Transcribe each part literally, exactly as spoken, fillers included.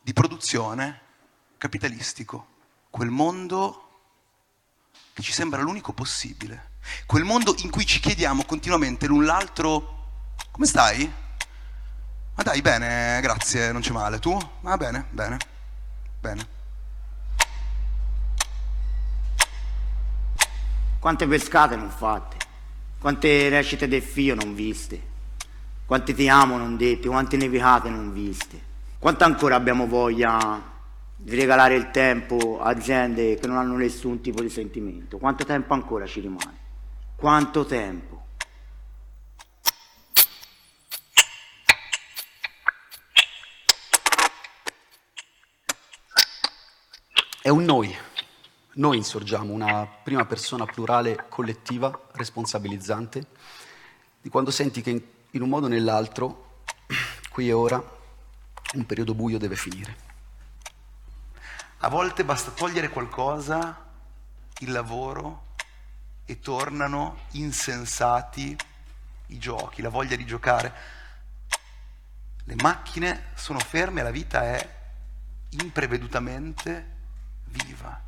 di produzione capitalistico, quel mondo che ci sembra l'unico possibile, quel mondo in cui ci chiediamo continuamente l'un l'altro: come stai? Ma dai, bene, grazie, non c'è male. Tu? Va bene, bene, bene. Quante pescate non fatte, quante recite del Fio non viste, quanti ti amo non detti, quante nevicate non viste, quanto ancora abbiamo voglia di regalare il tempo a gente che non hanno nessun tipo di sentimento, quanto tempo ancora ci rimane, quanto tempo. È un noi. Noi insorgiamo una prima persona plurale collettiva, responsabilizzante, di quando senti che in, in un modo o nell'altro, qui e ora, un periodo buio deve finire. A volte basta togliere qualcosa, il lavoro, e tornano insensati i giochi, la voglia di giocare. Le macchine sono ferme, la vita è imprevedutamente viva.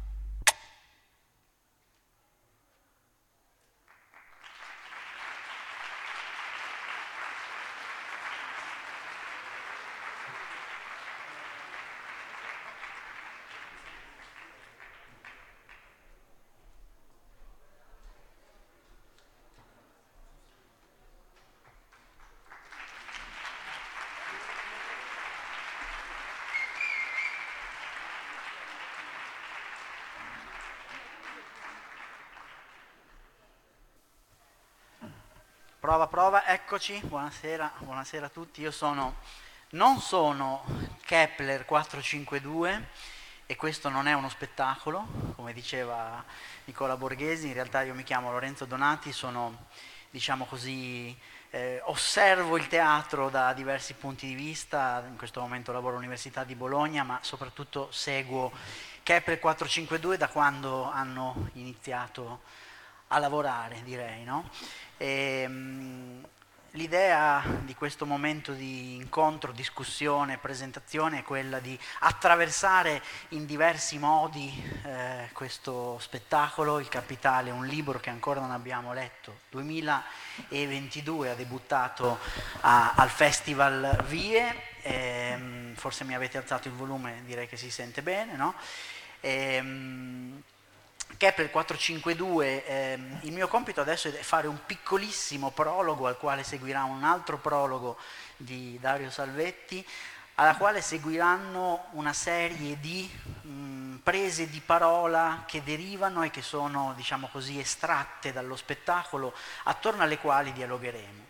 Prova, prova, eccoci, buonasera, buonasera a tutti. Io sono, non sono Kepler quattrocentocinquantadue e questo non è uno spettacolo, come diceva Nicola Borghesi. In realtà io mi chiamo Lorenzo Donati, sono, diciamo così, eh, osservo il teatro da diversi punti di vista. In questo momento lavoro all'Università di Bologna, ma soprattutto seguo Kepler quattrocentocinquantadue da quando hanno iniziato a lavorare, direi, no? E, mh, l'idea di questo momento di incontro, discussione, presentazione è quella di attraversare in diversi modi eh, questo spettacolo, Il Capitale, un libro che ancora non abbiamo letto. duemilaventidue ha debuttato a, al Festival Vie, e, mh, forse mi avete alzato il volume, direi che si sente bene, no? E, mh, Kepler quattrocentocinquantadue, ehm, il mio compito adesso è fare un piccolissimo prologo al quale seguirà un altro prologo di Dario Salvetti, alla quale seguiranno una serie di mh, prese di parola che derivano e che sono, diciamo così, estratte dallo spettacolo, attorno alle quali dialogheremo.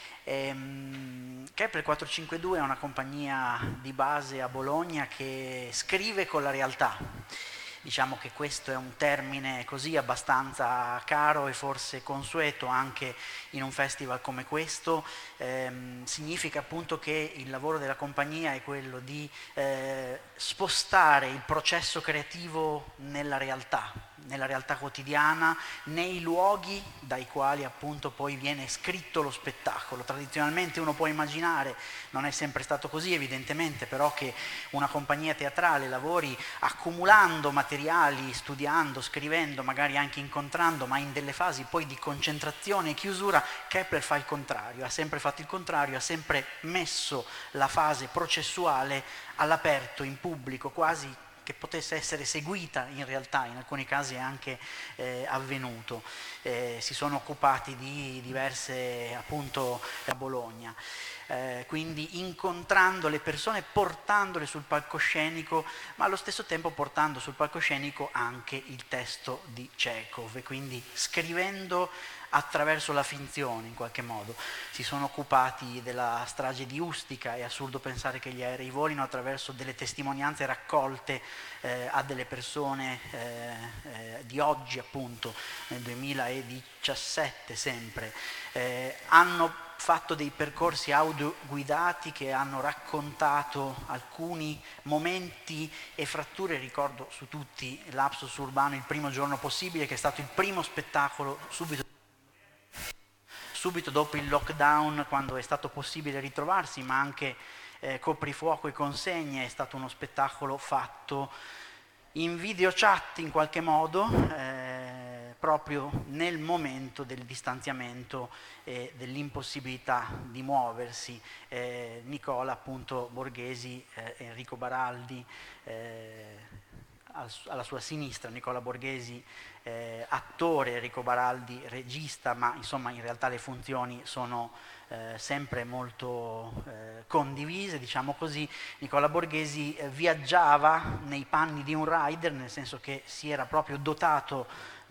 Ehm, Kepler quattrocentocinquantadue è una compagnia di base a Bologna che scrive con la realtà. Diciamo che questo è un termine così abbastanza caro e forse consueto anche in un festival come questo. Ehm, significa appunto che il lavoro della compagnia è quello di eh, spostare il processo creativo nella realtà, nella realtà quotidiana, nei luoghi dai quali appunto poi viene scritto lo spettacolo. Tradizionalmente uno può immaginare, non è sempre stato così evidentemente, però che una compagnia teatrale lavori accumulando materiali, studiando, scrivendo, magari anche incontrando, ma in delle fasi poi di concentrazione e chiusura. Kepler fa il contrario, ha sempre fatto il contrario, ha sempre messo la fase processuale all'aperto, in pubblico, quasi che potesse essere seguita. In realtà in alcuni casi è anche eh, avvenuto. Eh, si sono occupati di diverse, appunto, a Bologna. Eh, quindi incontrando le persone, portandole sul palcoscenico, ma allo stesso tempo portando sul palcoscenico anche il testo di Chekhov, e quindi scrivendo attraverso la finzione in qualche modo. Si sono occupati della strage di Ustica, è assurdo pensare che gli aerei volino, attraverso delle testimonianze raccolte eh, a delle persone eh, eh, di oggi, appunto, nel duemiladiciassette sempre. Eh, hanno fatto dei percorsi audio guidati che hanno raccontato alcuni momenti e fratture. Ricordo su tutti Lapsus Urbano, Il primo giorno possibile, che è stato il primo spettacolo subito subito dopo il lockdown, quando è stato possibile ritrovarsi, ma anche eh, coprifuoco e consegne, è stato uno spettacolo fatto in video chat in qualche modo, eh, proprio nel momento del distanziamento e dell'impossibilità di muoversi. Eh, Nicola appunto Borghesi, eh, Enrico Baraldi, eh, alla sua sinistra Nicola Borghesi, eh, attore, Enrico Baraldi regista, ma insomma in realtà le funzioni sono eh, sempre molto eh, condivise, diciamo così. Nicola Borghesi eh, viaggiava nei panni di un rider, nel senso che si era proprio dotato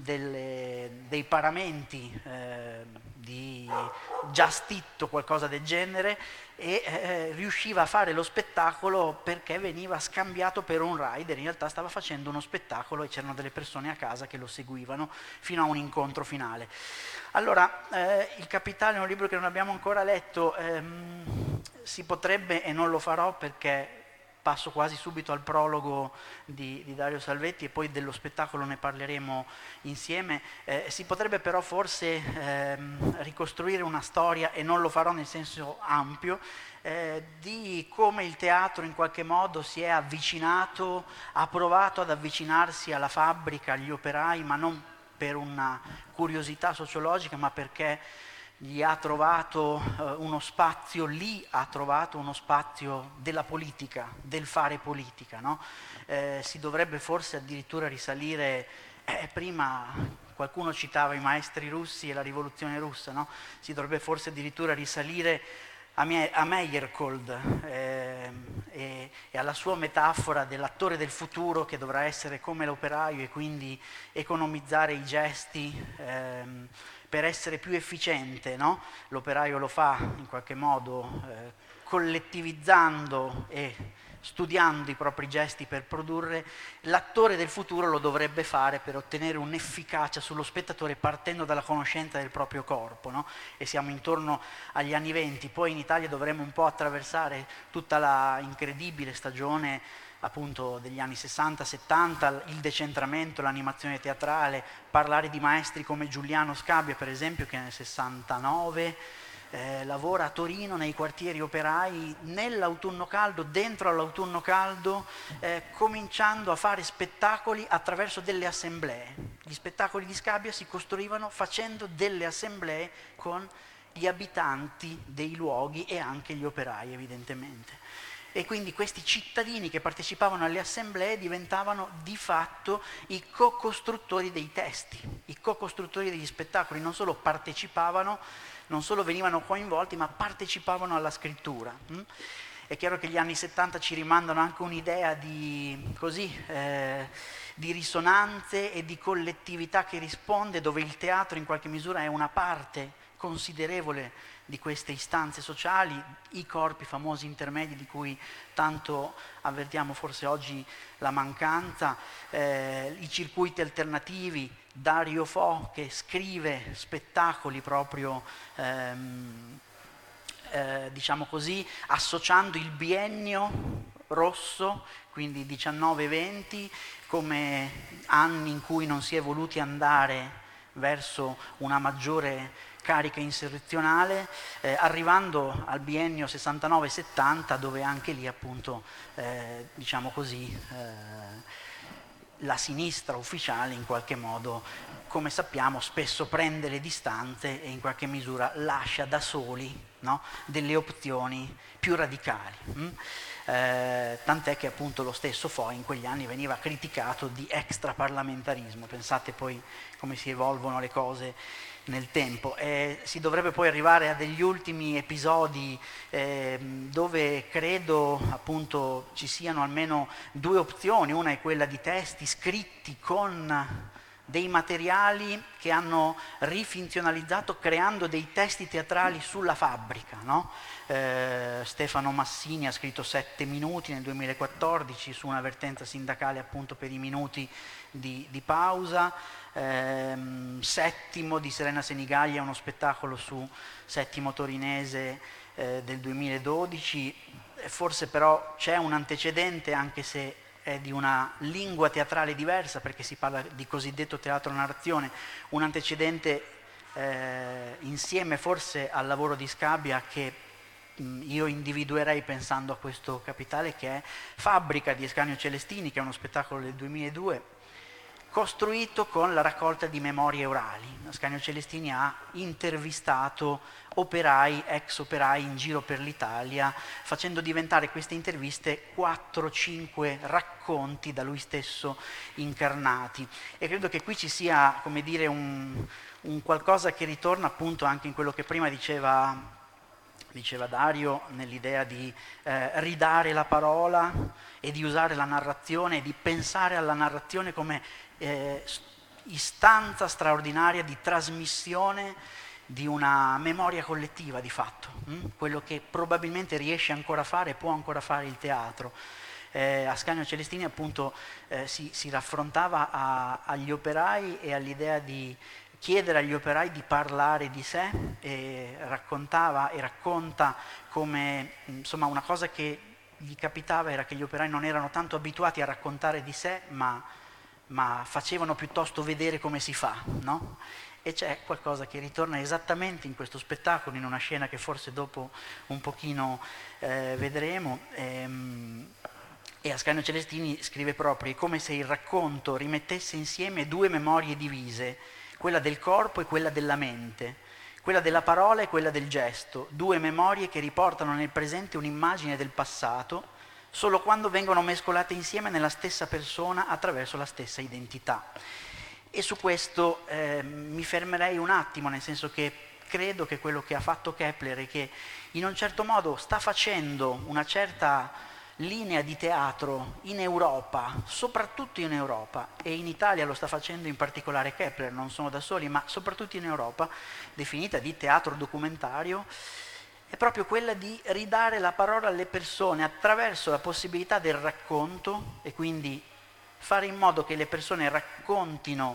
delle, dei paramenti eh, di giastitto, qualcosa del genere, e eh, riusciva a fare lo spettacolo perché veniva scambiato per un rider. In realtà stava facendo uno spettacolo e c'erano delle persone a casa che lo seguivano fino a un incontro finale. Allora, eh, Il Capitale è un libro che non abbiamo ancora letto, ehm, si potrebbe, e non lo farò perché passo quasi subito al prologo di, di Dario Salvetti e poi dello spettacolo ne parleremo insieme, eh, si potrebbe però forse ehm, ricostruire una storia, e non lo farò nel senso ampio, eh, di come il teatro in qualche modo si è avvicinato, ha provato ad avvicinarsi alla fabbrica, agli operai, ma non per una curiosità sociologica, ma perché gli ha trovato eh, uno spazio, lì ha trovato uno spazio della politica, del fare politica, no? Eh, si dovrebbe forse addirittura risalire, eh, prima qualcuno citava i maestri russi e la rivoluzione russa, no? Si dovrebbe forse addirittura risalire a, mie, a Meyerhold eh, e, e alla sua metafora dell'attore del futuro che dovrà essere come l'operaio e quindi economizzare i gesti ehm, per essere più efficiente, no? L'operaio lo fa in qualche modo eh, collettivizzando e studiando i propri gesti per produrre. L'attore del futuro lo dovrebbe fare per ottenere un'efficacia sullo spettatore partendo dalla conoscenza del proprio corpo, no? E siamo intorno agli anni venti, poi in Italia dovremo un po' attraversare tutta la incredibile stagione appunto degli anni sessanta settanta, il decentramento, l'animazione teatrale, parlare di maestri come Giuliano Scabbia per esempio, che nel sessantanove eh, lavora a Torino nei quartieri operai nell'autunno caldo, dentro all'autunno caldo, eh, cominciando a fare spettacoli attraverso delle assemblee. Gli spettacoli di Scabbia si costruivano facendo delle assemblee con gli abitanti dei luoghi e anche gli operai evidentemente. E quindi questi cittadini che partecipavano alle assemblee diventavano di fatto i co-costruttori dei testi, i co-costruttori degli spettacoli, non solo partecipavano, non solo venivano coinvolti, ma partecipavano alla scrittura. È chiaro che gli anni settanta ci rimandano anche un'idea di, così, eh, di risonanze e di collettività che risponde, dove il teatro in qualche misura è una parte considerevole di queste istanze sociali, i corpi famosi intermedi di cui tanto avvertiamo forse oggi la mancanza, eh, i circuiti alternativi, Dario Fo che scrive spettacoli proprio ehm, eh, diciamo così, associando il biennio rosso, quindi diciannove venti, come anni in cui non si è voluti andare verso una maggiore carica insurrezionale, eh, arrivando al biennio sessantanove settanta, dove anche lì appunto, eh, diciamo così, eh, la sinistra ufficiale in qualche modo, come sappiamo, spesso prende le distanze e in qualche misura lascia da soli, no, delle opzioni più radicali. Hm? Eh, tant'è che appunto lo stesso Fo in quegli anni veniva criticato di extraparlamentarismo. Pensate poi come si evolvono le cose nel tempo. Eh, si dovrebbe poi arrivare a degli ultimi episodi eh, dove credo appunto ci siano almeno due opzioni. Una è quella di testi scritti con dei materiali che hanno rifinzionalizzato creando dei testi teatrali sulla fabbrica, no? eh, Stefano Massini ha scritto Sette minuti nel duemilaquattordici su un'avvertenza sindacale appunto per i minuti di, di pausa. ehm, Settimo di Serena Senigallia, uno spettacolo su Settimo Torinese eh, del duemiladodici. Forse però c'è un antecedente, anche se è di una lingua teatrale diversa, perché si parla di cosiddetto teatro narrazione, un antecedente eh, insieme forse al lavoro di Scabbia che io individuerei pensando a questo capitale, che è Fabbrica di Ascanio Celestini, che è uno spettacolo del duemiladue, costruito con la raccolta di memorie orali. Ascanio Celestini ha intervistato operai, ex operai in giro per l'Italia, facendo diventare queste interviste quattro cinque racconti da lui stesso incarnati. E credo che qui ci sia, come dire, un, un qualcosa che ritorna appunto anche in quello che prima diceva, diceva Dario, nell'idea di eh, ridare la parola e di usare la narrazione, di pensare alla narrazione come eh, istanza straordinaria di trasmissione di una memoria collettiva di fatto, hm? Quello che probabilmente riesce ancora a fare, può ancora fare il teatro. Eh, Ascanio Celestini appunto eh, si, si raffrontava a, agli operai e all'idea di chiedere agli operai di parlare di sé, e raccontava e racconta come, insomma, una cosa che gli capitava era che gli operai non erano tanto abituati a raccontare di sé, ma, ma facevano piuttosto vedere come si fa, no? E c'è qualcosa che ritorna esattamente in questo spettacolo, in una scena che forse dopo un pochino eh, vedremo. Ehm, e Ascanio Celestini scrive proprio: è come se il racconto rimettesse insieme due memorie divise, quella del corpo e quella della mente, quella della parola e quella del gesto, due memorie che riportano nel presente un'immagine del passato, solo quando vengono mescolate insieme nella stessa persona attraverso la stessa identità. E su questo eh, mi fermerei un attimo, nel senso che credo che quello che ha fatto Kepler è che in un certo modo sta facendo una certa linea di teatro in Europa, soprattutto in Europa, e in Italia lo sta facendo in particolare Kepler, non sono da soli, ma soprattutto in Europa, definita di teatro documentario, è proprio quella di ridare la parola alle persone attraverso la possibilità del racconto, e quindi fare in modo che le persone raccontino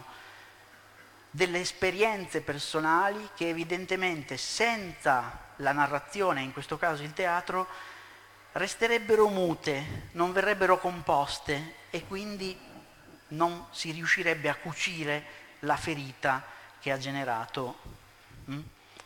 delle esperienze personali che evidentemente senza la narrazione, in questo caso il teatro, resterebbero mute, non verrebbero composte e quindi non si riuscirebbe a cucire la ferita che ha generato hm?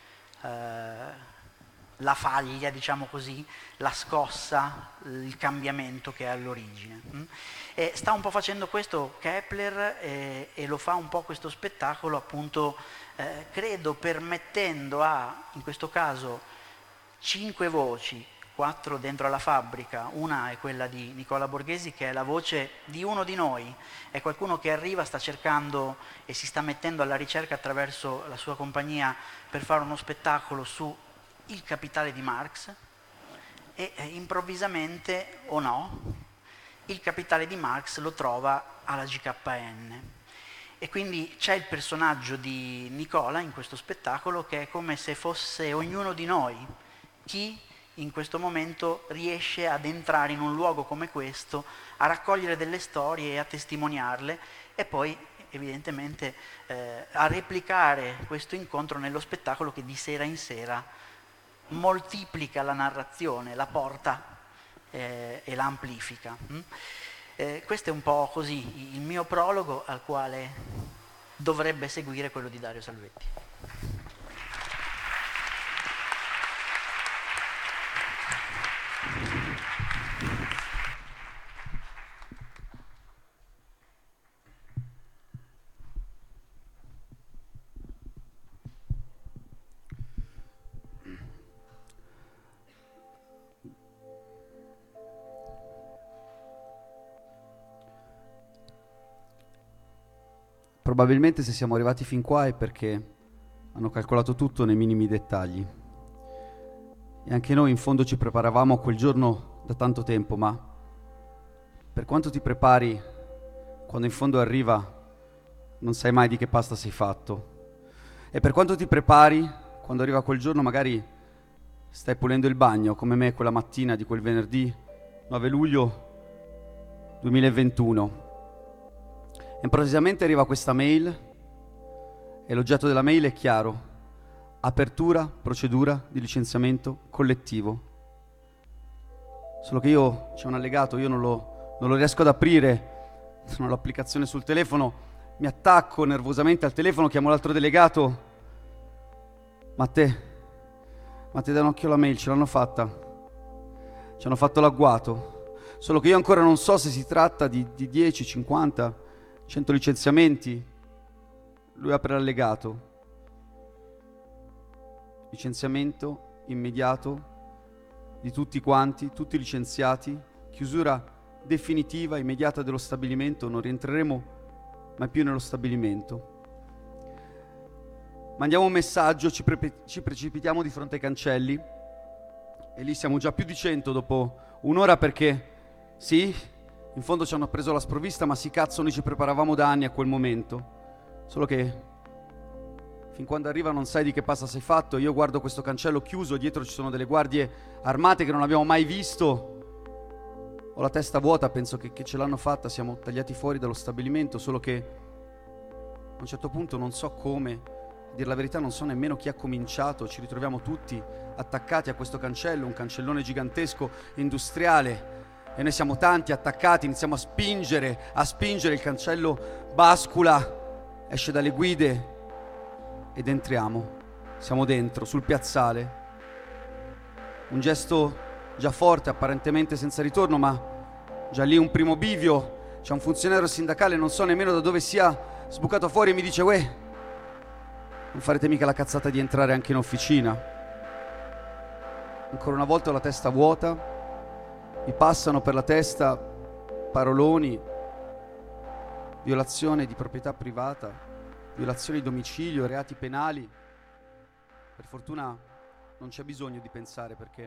eh, la faglia, diciamo così, la scossa, il cambiamento che è all'origine. Hm? E sta un po' facendo questo Kepler eh, e lo fa un po' questo spettacolo, appunto, eh, credo permettendo a, in questo caso, cinque voci, quattro dentro alla fabbrica, una è quella di Nicola Borghesi, che è la voce di uno di noi, è qualcuno che arriva, sta cercando e si sta mettendo alla ricerca attraverso la sua compagnia per fare uno spettacolo su Il Capitale di Marx, e eh, improvvisamente, o no, Il Capitale di Marx lo trova alla G K N. E quindi c'è il personaggio di Nicola in questo spettacolo che è come se fosse ognuno di noi, chi in questo momento riesce ad entrare in un luogo come questo, a raccogliere delle storie e a testimoniarle, e poi evidentemente eh, a replicare questo incontro nello spettacolo che di sera in sera moltiplica la narrazione, la porta eh, e la amplifica. Mm? Eh, questo è un po' così il mio prologo, al quale dovrebbe seguire quello di Dario Salvetti. Probabilmente se siamo arrivati fin qua è perché hanno calcolato tutto nei minimi dettagli. E anche noi in fondo ci preparavamo a quel giorno da tanto tempo, ma per quanto ti prepari, quando in fondo arriva non sai mai di che pasta sei fatto. E per quanto ti prepari, quando arriva quel giorno magari stai pulendo il bagno, come me quella mattina di quel venerdì nove luglio duemilaventuno. Improvvisamente arriva questa mail e l'oggetto della mail è chiaro: apertura, procedura di licenziamento collettivo. Solo che io, c'è un allegato, io non lo, non lo riesco ad aprire, non ho l'applicazione sul telefono, mi attacco nervosamente al telefono, chiamo l'altro delegato: ma te, Ma ti dai un occhio alla mail, ce l'hanno fatta. Ci hanno fatto l'agguato. Solo che io ancora non so se si tratta di, di dieci, cinquanta, cento licenziamenti. Lui apre l'allegato. Licenziamento immediato di tutti quanti, tutti licenziati. Chiusura definitiva, immediata dello stabilimento. Non rientreremo mai più nello stabilimento. Mandiamo un messaggio, ci, pre- ci precipitiamo di fronte ai cancelli e lì siamo già più di cento dopo un'ora perché sì, in fondo ci hanno preso la sprovvista, ma sì cazzo noi ci preparavamo da anni a quel momento, solo che fin quando arriva non sai di che pasta sei fatto. Io guardo questo cancello chiuso, dietro ci sono delle guardie armate che non abbiamo mai visto, ho la testa vuota, penso che, che ce l'hanno fatta, siamo tagliati fuori dallo stabilimento, solo che a un certo punto non so come, a dir la verità non so nemmeno chi ha cominciato, ci ritroviamo tutti attaccati a questo cancello, un cancellone gigantesco industriale, e noi siamo tanti attaccati, iniziamo a spingere, a spingere, il cancello bascula, esce dalle guide ed entriamo, siamo dentro, sul piazzale, un gesto già forte, apparentemente senza ritorno, ma già lì un primo bivio, c'è un funzionario sindacale, non so nemmeno da dove sia sbucato fuori e mi dice: uè, non farete mica la cazzata di entrare anche in officina? Ancora una volta ho la testa vuota, mi passano per la testa paroloni, violazione di proprietà privata, violazione di domicilio, reati penali. Per fortuna non c'è bisogno di pensare perché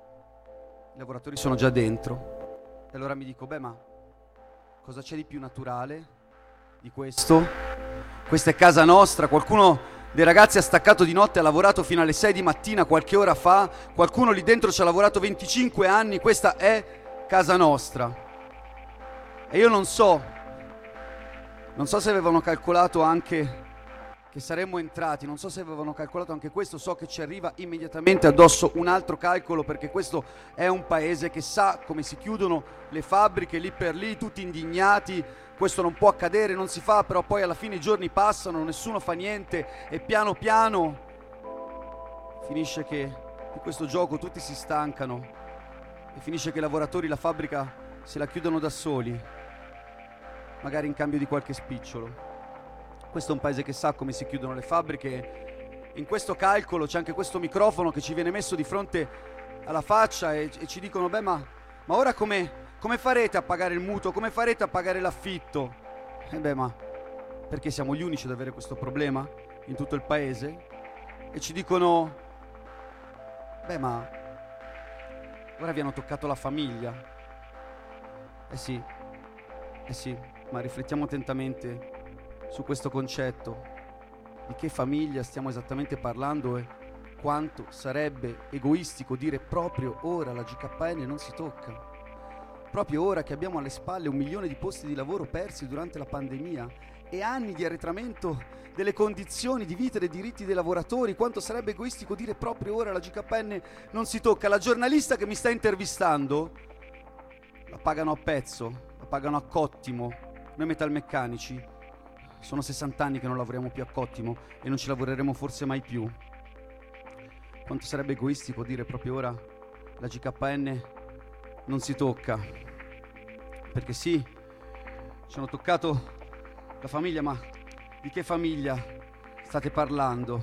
i lavoratori sono già dentro. E allora mi dico: beh, ma cosa c'è di più naturale di questo? Questa è casa nostra, qualcuno dei ragazzi ha staccato di notte, ha lavorato fino alle sei di mattina qualche ora fa, qualcuno lì dentro ci ha lavorato venticinque anni, questa è casa nostra. E io non so, non so se avevano calcolato anche che saremmo entrati, non so se avevano calcolato anche questo, so che ci arriva immediatamente addosso un altro calcolo, perché questo è un paese che sa come si chiudono le fabbriche lì per lì, tutti indignati. Questo non può accadere, non si fa, però poi alla fine i giorni passano, nessuno fa niente e piano piano finisce che di questo gioco tutti si stancano e finisce che i lavoratori la fabbrica se la chiudono da soli, magari in cambio di qualche spicciolo. Questo è un paese che sa come si chiudono le fabbriche. In questo calcolo c'è anche questo microfono che ci viene messo di fronte alla faccia e, e ci dicono: beh, ma, ma ora come... Come farete a pagare il mutuo? Come farete a pagare l'affitto? E beh, ma perché siamo gli unici ad avere questo problema in tutto il paese? E ci dicono: beh, ma ora vi hanno toccato la famiglia. Eh sì, eh sì, ma riflettiamo attentamente su questo concetto. Di che famiglia stiamo esattamente parlando e quanto sarebbe egoistico dire proprio ora la G K N non si tocca. Proprio ora che abbiamo alle spalle un milione di posti di lavoro persi durante la pandemia e anni di arretramento delle condizioni di vita e dei diritti dei lavoratori, quanto sarebbe egoistico dire proprio ora la G K N non si tocca. La giornalista che mi sta intervistando la pagano a pezzo, la pagano a cottimo. Noi metalmeccanici sono sessanta anni che non lavoriamo più a cottimo e non ci lavoreremo forse mai più. Quanto sarebbe egoistico dire proprio ora la G K N non si tocca, perché sì, ci hanno toccato la famiglia, ma di che famiglia state parlando?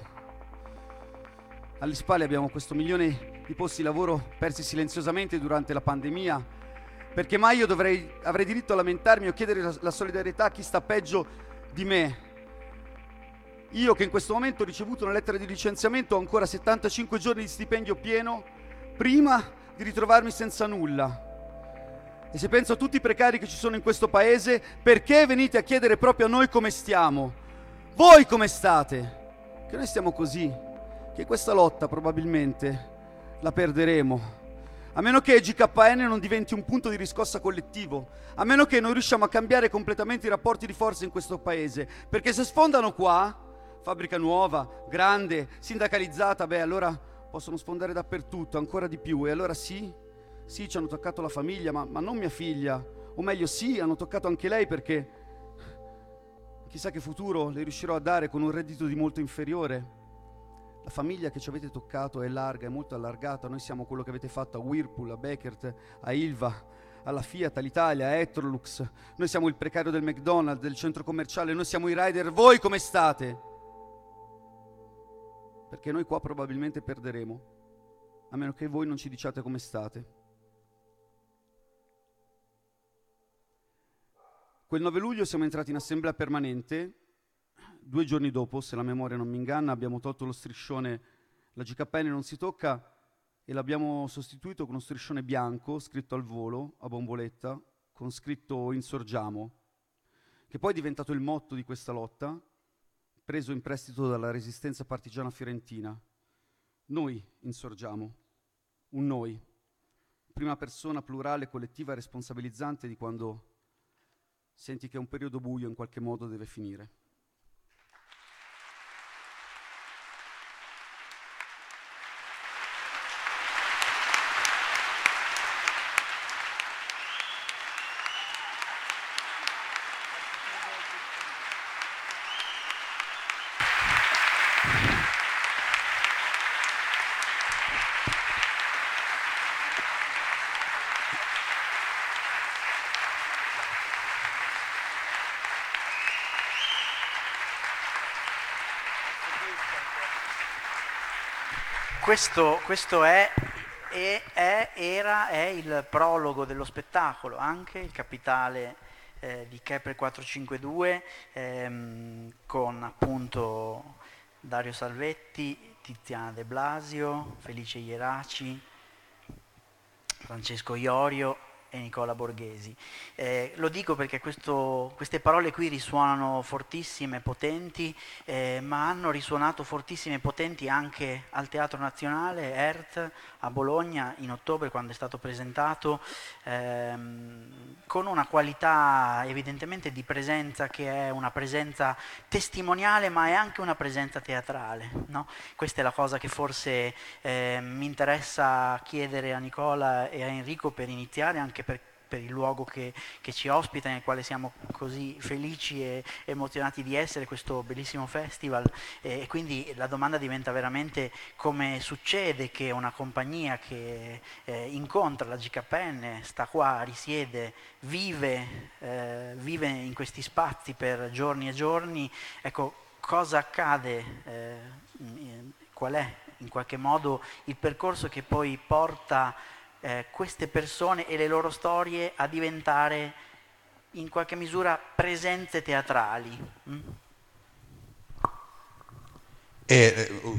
Alle spalle abbiamo questo milione di posti di lavoro persi silenziosamente durante la pandemia. Perché mai io dovrei, avrei diritto a lamentarmi o chiedere la, la solidarietà a chi sta peggio di me? Io che in questo momento ho ricevuto una lettera di licenziamento, ho ancora settantacinque giorni di stipendio pieno prima di ritrovarmi senza nulla. E se penso a tutti i precari che ci sono in questo paese, perché venite a chiedere proprio a noi come stiamo? Voi come state? Che noi stiamo così, che questa lotta probabilmente la perderemo, a meno che G K N non diventi un punto di riscossa collettivo, a meno che non riusciamo a cambiare completamente i rapporti di forza in questo paese, perché se sfondano qua, fabbrica nuova, grande, sindacalizzata, beh allora possono sfondare dappertutto, ancora di più. E allora sì, sì, ci hanno toccato la famiglia, ma, ma non mia figlia. O meglio, sì, hanno toccato anche lei, perché chissà che futuro le riuscirò a dare con un reddito di molto inferiore. La famiglia che ci avete toccato è larga, è molto allargata. Noi siamo quello che avete fatto a Whirlpool, a Beckert, a Ilva, alla Fiat, all'Italia, a Electrolux. Noi siamo il precario del McDonald's, del centro commerciale. Noi siamo i rider. Voi come state? Perché noi qua probabilmente perderemo, a meno che voi non ci diciate come state. Quel nove luglio siamo entrati in assemblea permanente. Due giorni dopo, se la memoria non mi inganna, abbiamo tolto lo striscione "La G K N non si tocca" e l'abbiamo sostituito con uno striscione bianco scritto al volo, a bomboletta, con scritto "Insorgiamo", che poi è diventato il motto di questa lotta, preso in prestito dalla resistenza partigiana fiorentina. Noi insorgiamo, un noi, prima persona plurale, collettiva e responsabilizzante di quando senti che un periodo buio in qualche modo deve finire. Questo, questo è, è, è, era, è il prologo dello spettacolo, anche il capitale eh, di Kepler quattrocentocinquantadue, ehm, con appunto Dario Salvetti, Tiziana De Blasio, Felice Ieraci, Francesco Iorio e Nicola Borghesi. Eh, lo dico perché questo, queste parole qui risuonano fortissime, potenti, eh, ma hanno risuonato fortissime e potenti anche al Teatro Nazionale, E R T, a Bologna, in ottobre, quando è stato presentato, ehm, con una qualità evidentemente di presenza che è una presenza testimoniale, ma è anche una presenza teatrale, no? Questa è la cosa che forse eh, mi interessa chiedere a Nicola e a Enrico per iniziare, anche per, per il luogo che, che ci ospita, nel quale siamo così felici e emozionati di essere, questo bellissimo festival. E quindi la domanda diventa veramente: come succede che una compagnia che eh, incontra la G K N, sta qua, risiede, vive, eh, vive in questi spazi per giorni e giorni, ecco, cosa accade, eh, qual è in qualche modo il percorso che poi porta Eh, queste persone e le loro storie a diventare in qualche misura presenze teatrali. Mm? E, uh,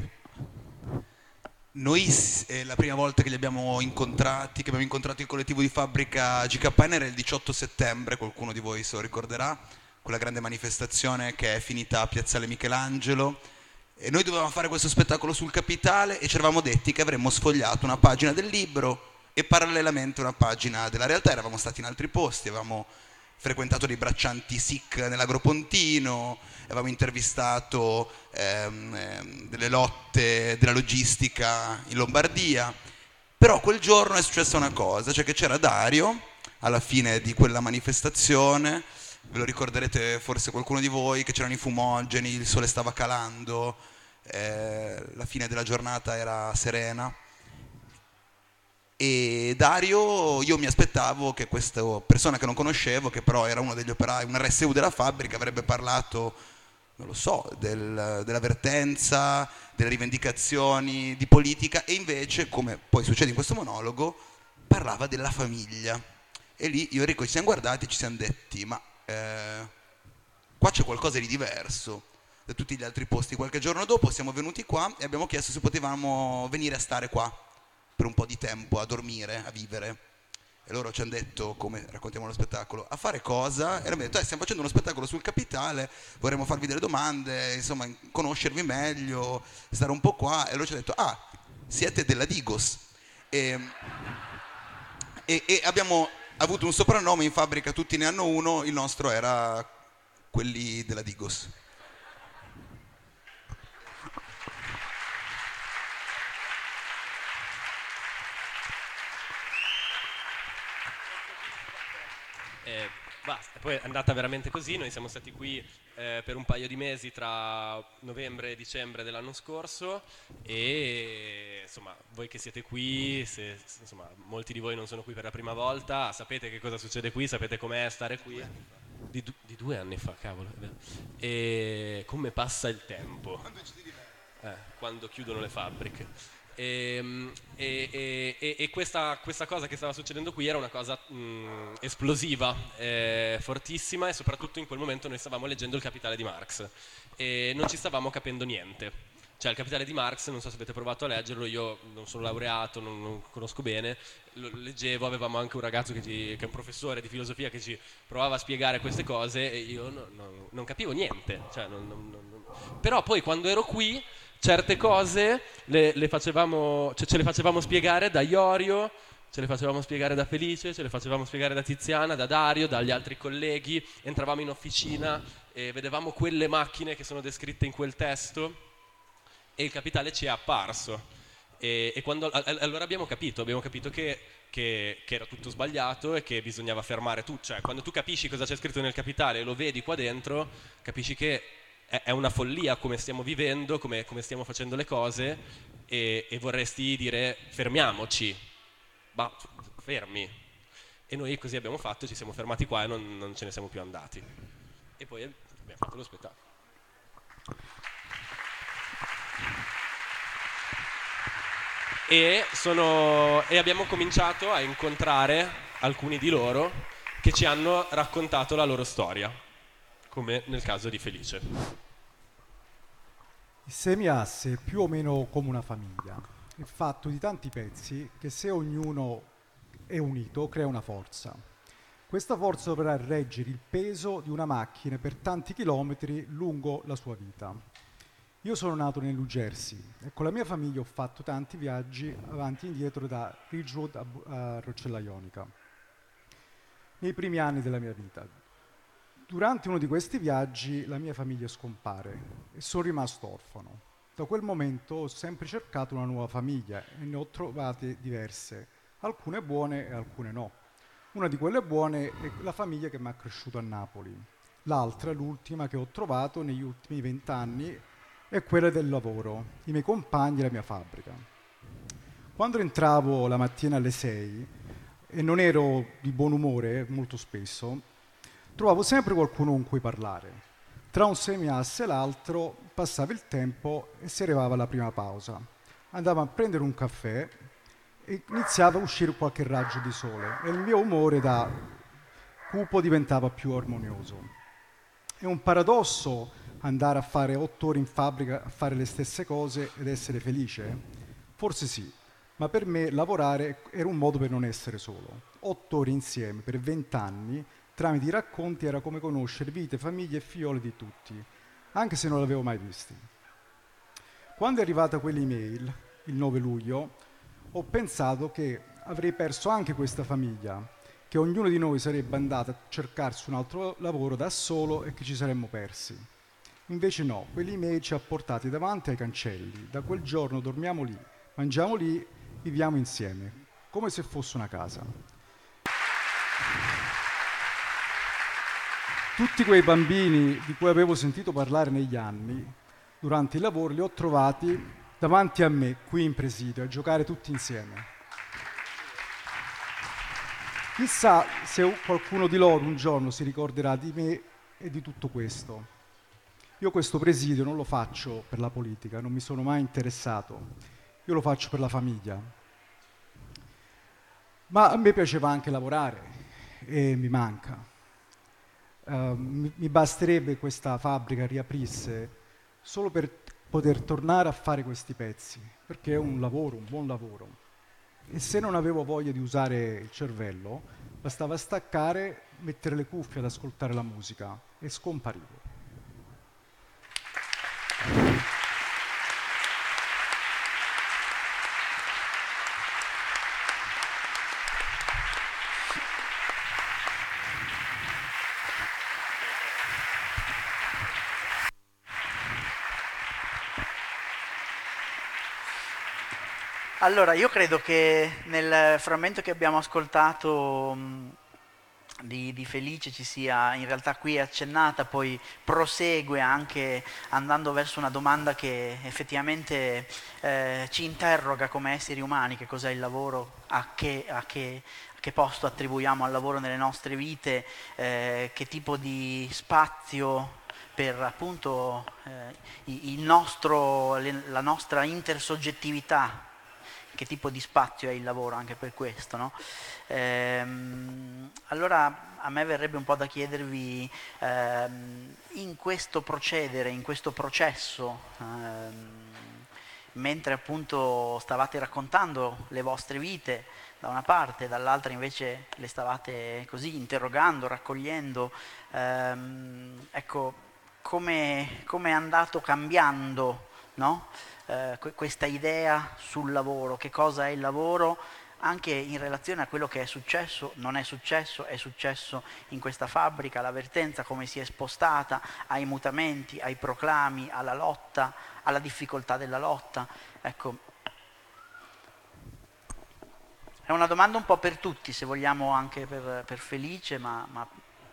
noi eh, la prima volta che li abbiamo incontrati, che abbiamo incontrato il collettivo di Fabbrica G K N, era il diciotto settembre, qualcuno di voi se lo ricorderà, quella grande manifestazione che è finita a Piazzale Michelangelo. E noi dovevamo fare questo spettacolo sul Capitale e ci eravamo detti che avremmo sfogliato una pagina del libro e parallelamente una pagina della realtà. Eravamo stati in altri posti, avevamo frequentato dei braccianti S I C nell'Agropontino, avevamo intervistato ehm, ehm, delle lotte della logistica in Lombardia, però quel giorno è successa una cosa, cioè che c'era Dario alla fine di quella manifestazione, ve lo ricorderete forse qualcuno di voi, che c'erano i fumogeni, il sole stava calando, eh, la fine della giornata era serena. E Dario, io mi aspettavo che questa persona che non conoscevo, che però era uno degli operai, un R S U della fabbrica, avrebbe parlato, non lo so, del, della vertenza, delle rivendicazioni di politica, e invece, come poi succede in questo monologo, parlava della famiglia. E lì io e Enrico ci siamo guardati e ci siamo detti: ma eh, qua c'è qualcosa di diverso da tutti gli altri posti. Qualche giorno dopo siamo venuti qua e abbiamo chiesto se potevamo venire a stare qua per un po' di tempo, a dormire, a vivere. E loro ci hanno detto: come raccontiamo lo spettacolo? A fare cosa? E abbiamo detto: eh, stiamo facendo uno spettacolo sul Capitale, vorremmo farvi delle domande, insomma, conoscervi meglio, stare un po' qua. E loro ci hanno detto: ah, siete della Digos. E, e, e abbiamo avuto un soprannome in fabbrica, tutti ne hanno uno, il nostro era quelli della Digos. Eh, Basta, poi è andata veramente così, noi siamo stati qui eh, per un paio di mesi tra novembre e dicembre dell'anno scorso e insomma voi che siete qui, se, insomma molti di voi non sono qui per la prima volta, sapete che cosa succede qui, sapete com'è stare qui. Di, du- di due anni fa, cavolo, è vero. E come passa il tempo eh, quando chiudono le fabbriche. E, e, e, e questa, questa cosa che stava succedendo qui era una cosa mh, esplosiva, eh, fortissima, e soprattutto in quel momento noi stavamo leggendo Il Capitale di Marx e non ci stavamo capendo niente. Cioè Il Capitale di Marx, non so se avete provato a leggerlo, io non sono laureato, non, non conosco bene, lo leggevo, avevamo anche un ragazzo che, ci, che è un professore di filosofia che ci provava a spiegare queste cose e io no, no, non capivo niente. Cioè, non, non, non. Però poi quando ero qui certe cose le, le facevamo, cioè, ce le facevamo spiegare da Iorio, ce le facevamo spiegare da Felice, ce le facevamo spiegare da Tiziana, da Dario, dagli altri colleghi, entravamo in officina e vedevamo quelle macchine che sono descritte in quel testo e il Capitale ci è apparso. E, e quando, allora abbiamo capito, abbiamo capito che, che, che era tutto sbagliato e che bisognava fermare tutto. Cioè quando tu capisci cosa c'è scritto nel Capitale e lo vedi qua dentro, capisci che è una follia come stiamo vivendo, come, come stiamo facendo le cose e, e vorresti dire fermiamoci, ma fermi. E noi così abbiamo fatto, ci siamo fermati qua e non, non ce ne siamo più andati. E poi abbiamo fatto lo spettacolo. E, sono, e abbiamo cominciato a incontrare alcuni di loro che ci hanno raccontato la loro storia, come nel caso di Felice. Il semiasse è più o meno come una famiglia, è fatto di tanti pezzi che se ognuno è unito crea una forza. Questa forza dovrà reggere il peso di una macchina per tanti chilometri lungo la sua vita. Io sono nato nel New Jersey e con la mia famiglia ho fatto tanti viaggi avanti e indietro da Ridgewood a, a Roccella Ionica nei primi anni della mia vita. Durante uno di questi viaggi la mia famiglia scompare e sono rimasto orfano. Da quel momento ho sempre cercato una nuova famiglia e ne ho trovate diverse, alcune buone e alcune no. Una di quelle buone è la famiglia che mi ha cresciuto a Napoli. L'altra, l'ultima che ho trovato negli ultimi vent'anni, è quella del lavoro, i miei compagni e la mia fabbrica. Quando entravo la mattina alle sei e non ero di buon umore molto spesso, trovavo sempre qualcuno con cui parlare. Tra un semiasse e l'altro passava il tempo e si arrivava alla prima pausa. Andavo a prendere un caffè e iniziava a uscire qualche raggio di sole e il mio umore da cupo diventava più armonioso. È un paradosso andare a fare otto ore in fabbrica a fare le stesse cose ed essere felice? Forse sì, ma per me lavorare era un modo per non essere solo. Otto ore insieme per vent'anni tramite i racconti era come conoscere vite, famiglie e figlioli di tutti, anche se non l'avevo mai visti. Quando è arrivata quell'email, il nove luglio, ho pensato che avrei perso anche questa famiglia, che ognuno di noi sarebbe andato a cercarsi un altro lavoro da solo e che ci saremmo persi. Invece no, quell'email ci ha portati davanti ai cancelli. Da quel giorno dormiamo lì, mangiamo lì, viviamo insieme, come se fosse una casa. Tutti quei bambini di cui avevo sentito parlare negli anni, durante il lavoro, li ho trovati davanti a me, qui in presidio, a giocare tutti insieme. Chissà se qualcuno di loro un giorno si ricorderà di me e di tutto questo. Io questo presidio non lo faccio per la politica, non mi sono mai interessato, io lo faccio per la famiglia. Ma a me piaceva anche lavorare e mi manca. Uh, mi, mi basterebbe che questa fabbrica riaprisse solo per poter tornare a fare questi pezzi, perché è un lavoro, un buon lavoro. E se non avevo voglia di usare il cervello, bastava staccare, mettere le cuffie ad ascoltare la musica e scomparivo. Allora, io credo che nel frammento che abbiamo ascoltato mh, di, di Felice ci sia in realtà qui accennata, poi prosegue anche andando verso una domanda che effettivamente eh, ci interroga come esseri umani: che cos'è il lavoro, a che, a che, a che posto attribuiamo al lavoro nelle nostre vite, eh, che tipo di spazio per appunto eh, il nostro, la nostra intersoggettività, che tipo di spazio è il lavoro anche per questo, no? Ehm, allora a me verrebbe un po' da chiedervi, ehm, in questo procedere, in questo processo, ehm, mentre appunto stavate raccontando le vostre vite da una parte, dall'altra invece le stavate così interrogando, raccogliendo, ehm, ecco, come come è andato cambiando, no? Eh, questa idea sul lavoro, che cosa è il lavoro, anche in relazione a quello che è successo, non è successo, è successo in questa fabbrica, l'avvertenza come si è spostata, ai mutamenti, ai proclami, alla lotta, alla difficoltà della lotta. Ecco, è una domanda un po' per tutti, se vogliamo anche per, per Felice, ma... ma...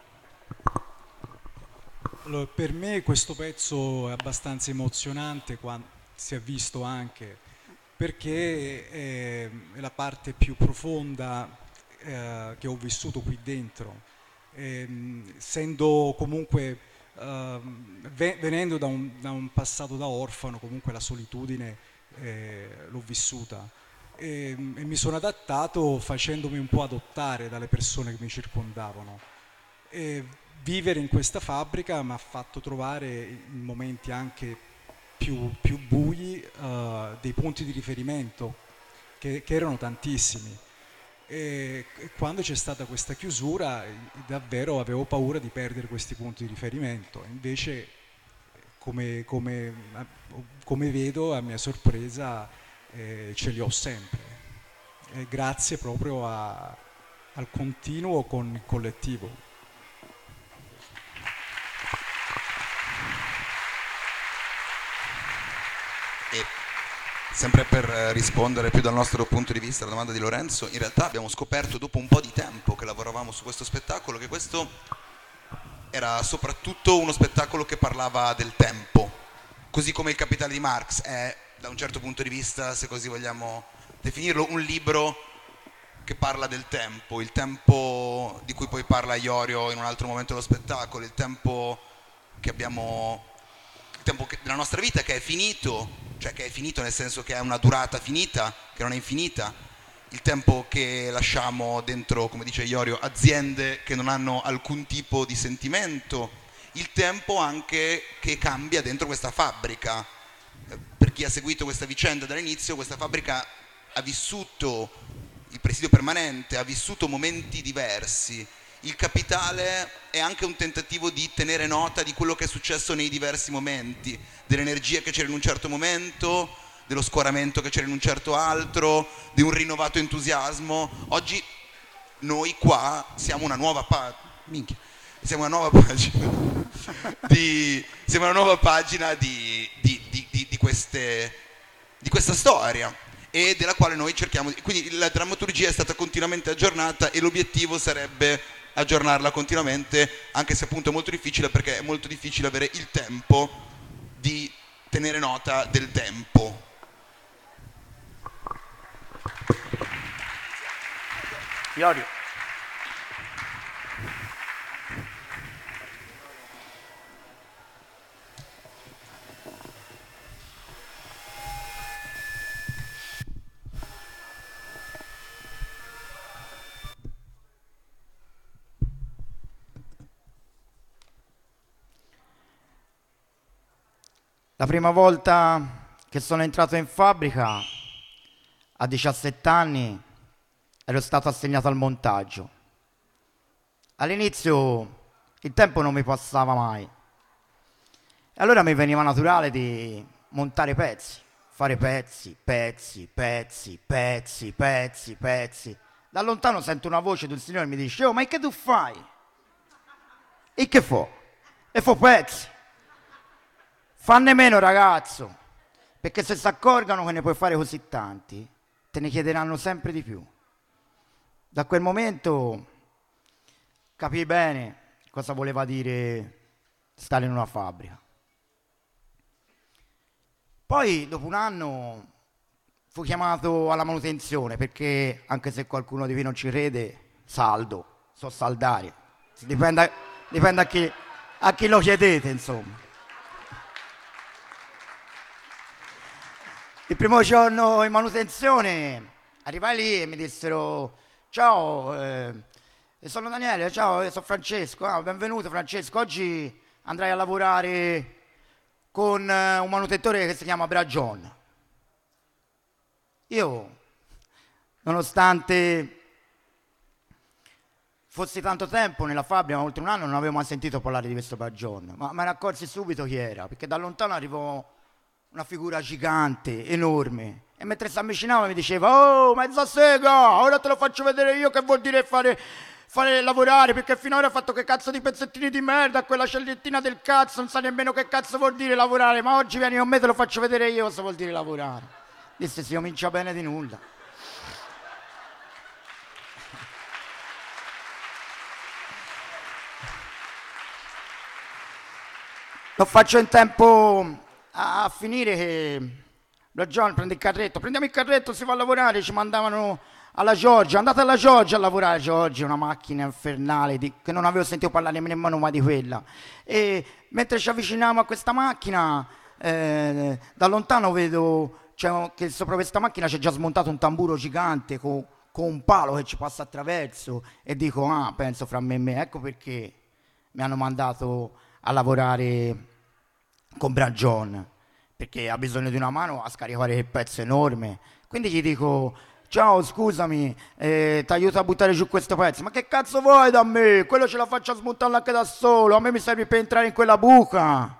Allora, per me questo pezzo è abbastanza emozionante, quando si è visto anche perché è la parte più profonda eh, che ho vissuto qui dentro, e, essendo comunque eh, venendo da un, da un passato da orfano, comunque la solitudine eh, l'ho vissuta e, e mi sono adattato facendomi un po' adottare dalle persone che mi circondavano. E vivere in questa fabbrica mi ha fatto trovare in momenti anche più, più bui uh, dei punti di riferimento che, che erano tantissimi, e, e quando c'è stata questa chiusura davvero avevo paura di perdere questi punti di riferimento, invece come, come, come vedo, a mia sorpresa eh, ce li ho sempre, e grazie proprio a, al continuo con il collettivo. E sempre per rispondere più dal nostro punto di vista alla domanda di Lorenzo, in realtà abbiamo scoperto dopo un po' di tempo che lavoravamo su questo spettacolo che questo era soprattutto uno spettacolo che parlava del tempo, così come Il Capitale di Marx è, da un certo punto di vista, se così vogliamo definirlo, un libro che parla del tempo, il tempo di cui poi parla Iorio in un altro momento dello spettacolo, il tempo che abbiamo, il tempo che, della nostra vita che è finito, cioè che è finito nel senso che ha una durata finita, che non è infinita, il tempo che lasciamo dentro, come dice Iorio, aziende che non hanno alcun tipo di sentimento, il tempo anche che cambia dentro questa fabbrica. Per chi ha seguito questa vicenda dall'inizio, questa fabbrica ha vissuto il presidio permanente, ha vissuto momenti diversi. Il Capitale è anche un tentativo di tenere nota di quello che è successo nei diversi momenti, dell'energia che c'era in un certo momento, dello scoramento che c'era in un certo altro, di un rinnovato entusiasmo. Oggi noi qua siamo una nuova pagina, minchia, siamo una nuova pagina di, siamo una nuova pagina di, di, di, di, di, queste, di questa storia, e della quale noi cerchiamo di, quindi la drammaturgia è stata continuamente aggiornata e l'obiettivo sarebbe aggiornarla continuamente, anche se appunto è molto difficile, perché è molto difficile avere il tempo di tenere nota del tempo. Iorio. La prima volta che sono entrato in fabbrica, a diciassette anni, ero stato assegnato al montaggio. All'inizio il tempo non mi passava mai, e allora mi veniva naturale di montare pezzi, fare pezzi, pezzi, pezzi, pezzi, pezzi, pezzi. Da lontano sento una voce del Signore e mi dice: oh, ma che tu fai? E che fo? E fo pezzi. Fanne meno, ragazzo, perché se si accorgano che ne puoi fare così tanti, te ne chiederanno sempre di più. Da quel momento capii bene cosa voleva dire stare in una fabbrica. Poi, dopo un anno, fu chiamato alla manutenzione perché, anche se qualcuno di voi non ci crede, saldo, so saldare. Dipende, dipende a, chi, a chi lo chiedete, insomma. Il primo giorno in manutenzione arrivai lì e mi dissero: ciao, eh, sono Daniele, ciao, io sono Francesco, ah, benvenuto Francesco, oggi andrai a lavorare con eh, un manutentore che si chiama Bragion. Io, nonostante fossi tanto tempo nella fabbrica, oltre un anno, non avevo mai sentito parlare di questo Bragion, ma mi accorsi subito chi era, perché da lontano arrivò una figura gigante, enorme, e mentre si avvicinava mi diceva: oh, mezza sega, ora te lo faccio vedere io che vuol dire fare, fare lavorare, perché finora hai fatto che cazzo di pezzettini di merda, quella scellettina del cazzo, non sa nemmeno che cazzo vuol dire lavorare, ma oggi vieni con me, te lo faccio vedere io cosa vuol dire lavorare. Disse: si comincia bene di nulla. Non faccio in tempo a finire che Bragion prende il carretto, prendiamo il carretto, si va a lavorare, ci mandavano alla Giorgia, andate alla Giorgia a lavorare. Giorgia, una macchina infernale di, che non avevo sentito parlare nemmeno mai di quella. E mentre ci avviciniamo a questa macchina, eh, da lontano vedo cioè, che sopra questa macchina c'è già smontato un tamburo gigante con, con un palo che ci passa attraverso, e dico: ah, penso fra me e me, ecco perché mi hanno mandato a lavorare con Bragion, perché ha bisogno di una mano a scaricare il pezzo enorme. Quindi gli dico: ciao, scusami, eh, ti aiuto a buttare giù questo pezzo. Ma che cazzo vuoi da me? Quello ce la faccio a smontarlo anche da solo, a me mi serve per entrare in quella buca.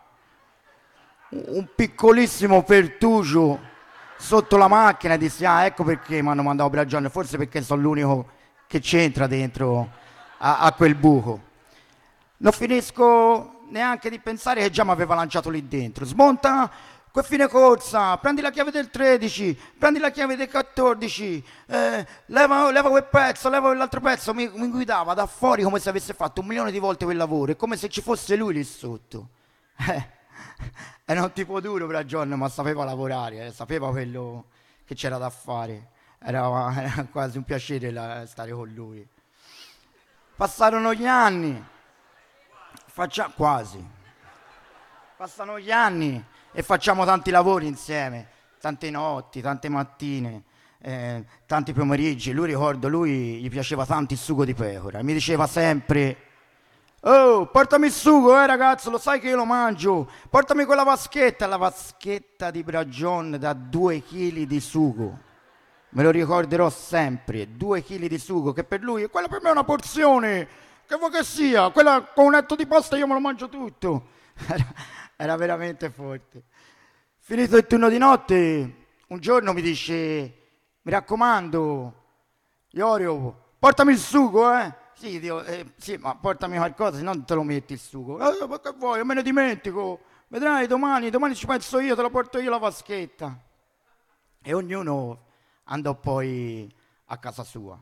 Un piccolissimo pertugio sotto la macchina, e dissi: ah, ecco perché mi hanno mandato Bragion, forse perché sono l'unico che c'entra dentro a, a quel buco. Non finisco neanche di pensare che già mi aveva lanciato lì dentro. Smonta quel fine corsa, prendi la chiave del tredici, prendi la chiave del quattordici, eh, leva, leva quel pezzo, leva quell'altro pezzo. Mi, mi guidava da fuori come se avesse fatto un milione di volte quel lavoro, è come se ci fosse lui lì sotto. Eh, era un tipo duro Bragion, ma sapeva lavorare, eh, sapeva quello che c'era da fare. Era, era quasi un piacere la, stare con lui. Passarono gli anni. Faccia, quasi. Passano gli anni e facciamo tanti lavori insieme, tante notti, tante mattine, eh, tanti pomeriggi. Lui, ricordo, lui gli piaceva tanto il sugo di pecora. Mi diceva sempre: oh, portami il sugo, eh ragazzo, lo sai che io lo mangio. Portami quella vaschetta, la vaschetta di Bragion da due chili di sugo. Me lo ricorderò sempre, due chili di sugo, che per lui, quella per me è una porzione. Che vuoi che sia, quella con un etto di pasta io me lo mangio tutto. Era, era veramente forte. Finito il turno di notte, un giorno mi dice: mi raccomando, Iorio, portami il sugo, eh? Sì, Dio, eh, sì, ma portami qualcosa, se no non te lo metti il sugo. Eh, ma che vuoi, io me ne dimentico. Vedrai domani, domani ci penso io, te lo porto io la vaschetta. E ognuno andò poi a casa sua.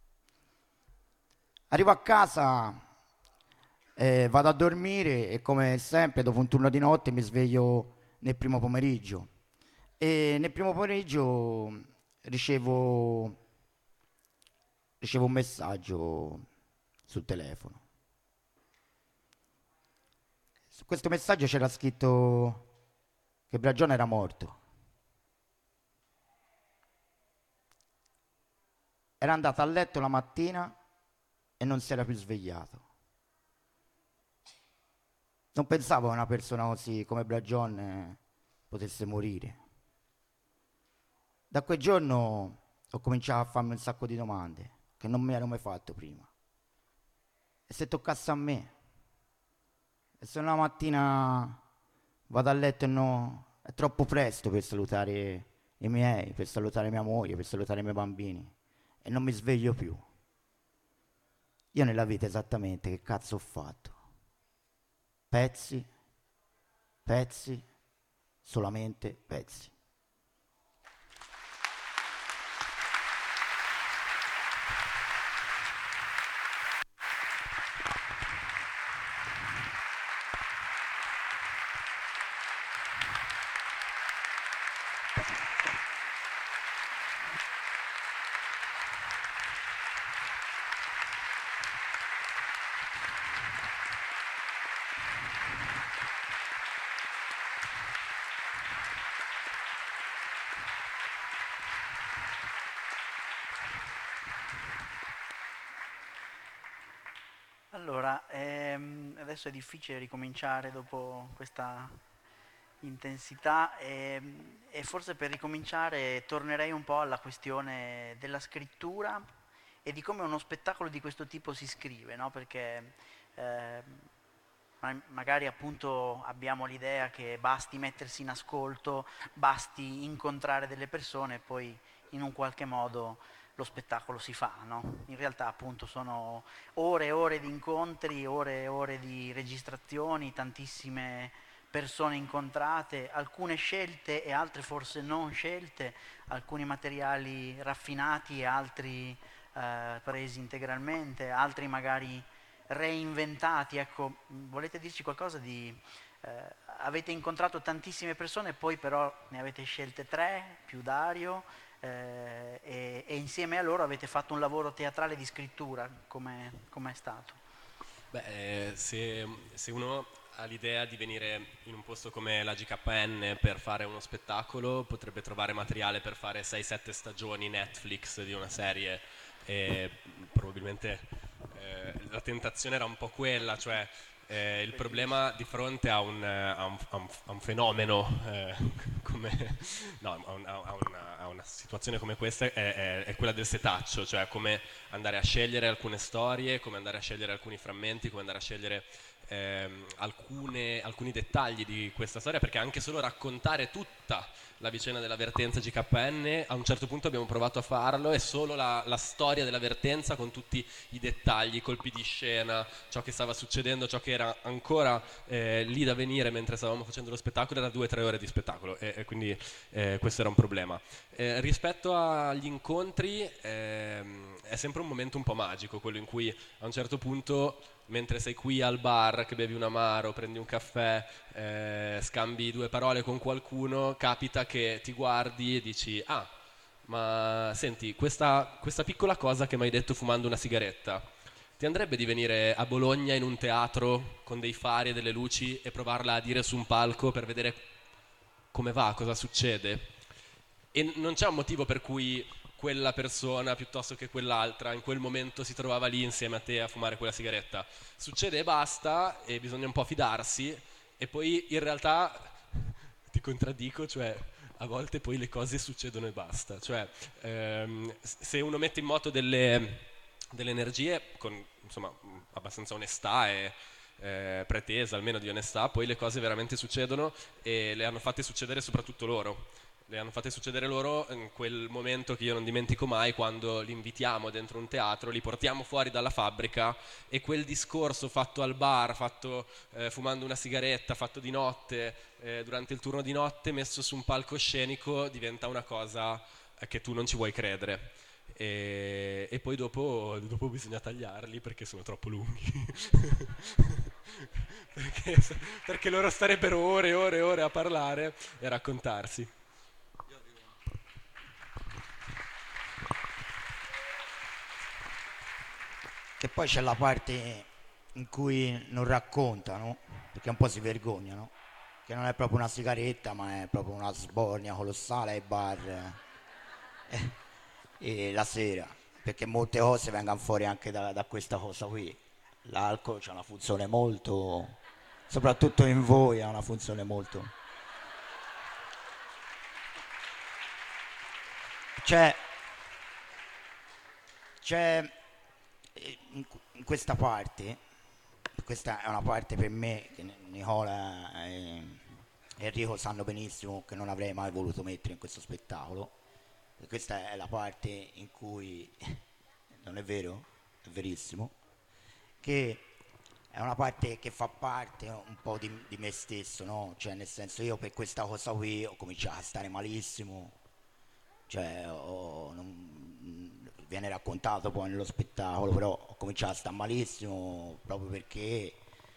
Arrivo a casa, eh, vado a dormire e come sempre dopo un turno di notte mi sveglio nel primo pomeriggio. E nel primo pomeriggio ricevo, ricevo un messaggio sul telefono. Su questo messaggio c'era scritto che Bragion era morto. Era andato a letto la mattina e non si era più svegliato. Non pensavo che una persona così come Bragion eh, potesse morire. Da quel giorno ho cominciato a farmi un sacco di domande che non mi ero mai fatto prima. E se toccasse a me? E se una mattina vado a letto e no, è troppo presto per salutare i miei, per salutare mia moglie, per salutare i miei bambini, e non mi sveglio più. Io nella vita esattamente che cazzo ho fatto? Pezzi, pezzi, solamente pezzi. ehm, adesso è difficile ricominciare dopo questa intensità e, e forse per ricominciare tornerei un po' alla questione della scrittura e di come uno spettacolo di questo tipo si scrive, no? Perché eh, magari appunto abbiamo l'idea che basti mettersi in ascolto, basti incontrare delle persone e poi in un qualche modo lo spettacolo si fa, no? In realtà appunto sono ore e ore di incontri, ore e ore di registrazioni, tantissime persone incontrate, alcune scelte e altre forse non scelte, alcuni materiali raffinati e altri eh, presi integralmente, altri magari reinventati. Ecco, volete dirci qualcosa di... Eh, avete incontrato tantissime persone, poi però ne avete scelte tre, più Dario, eh, e, e insieme a loro avete fatto un lavoro teatrale di scrittura, come è stato? Beh, se, se uno ha l'idea di venire in un posto come la G K N per fare uno spettacolo, potrebbe trovare materiale per fare sei sette stagioni Netflix di una serie e probabilmente eh, la tentazione era un po' quella, cioè eh, il problema di fronte a un, a un, a un, a un fenomeno eh, come no, a, un, a, una, a una situazione come questa è, è, è quella del setaccio, cioè come andare a scegliere alcune storie, come andare a scegliere alcuni frammenti, come andare a scegliere ehm, alcune, alcuni dettagli di questa storia, perché anche solo raccontare tutta la vicenda della Vertenza G K N, a un certo punto abbiamo provato a farlo, e solo la, la storia della Vertenza con tutti i dettagli, i colpi di scena, ciò che stava succedendo, ciò che era ancora eh, lì da venire mentre stavamo facendo lo spettacolo, era due o tre ore di spettacolo e, e quindi eh, questo era un problema. Eh, rispetto agli incontri ehm, è sempre un momento un po' magico, quello in cui a un certo punto, mentre sei qui al bar che bevi un amaro, prendi un caffè, eh, scambi due parole con qualcuno, capita che ti guardi e dici: ah, ma senti, questa, questa piccola cosa che mi hai detto fumando una sigaretta, ti andrebbe di venire a Bologna in un teatro con dei fari e delle luci e provarla a dire su un palco per vedere come va, cosa succede? E non c'è un motivo per cui quella persona piuttosto che quell'altra in quel momento si trovava lì insieme a te a fumare quella sigaretta. Succede e basta, e bisogna un po' fidarsi, e poi in realtà ti contraddico, cioè a volte poi le cose succedono e basta, cioè ehm, se uno mette in moto delle, delle energie con insomma abbastanza onestà e eh, pretesa almeno di onestà, poi le cose veramente succedono, e le hanno fatte succedere soprattutto loro. Le hanno fatte succedere loro in quel momento che io non dimentico mai, quando li invitiamo dentro un teatro, li portiamo fuori dalla fabbrica, e quel discorso fatto al bar, fatto eh, fumando una sigaretta, fatto di notte, eh, durante il turno di notte, messo su un palcoscenico, diventa una cosa eh, che tu non ci vuoi credere. E, e poi dopo, dopo bisogna tagliarli perché sono troppo lunghi. perché, perché loro starebbero ore e ore e ore a parlare e a raccontarsi. E poi c'è la parte in cui non raccontano, perché un po' si vergognano, che non è proprio una sigaretta, ma è proprio una sbornia colossale ai bar eh, e la sera, perché molte cose vengono fuori anche da, da questa cosa qui. L'alcol ha una funzione molto, soprattutto in voi ha una funzione molto... C'è... C'è... in questa parte, questa è una parte per me che Nicola e Enrico sanno benissimo che non avrei mai voluto mettere in questo spettacolo, e questa è la parte in cui, non è vero? È verissimo, che è una parte che fa parte un po' di, di me stesso, no? Cioè, nel senso, io per questa cosa qui ho cominciato a stare malissimo, cioè ho, non, viene raccontato poi nello spettacolo, però ho cominciato a stare malissimo proprio perché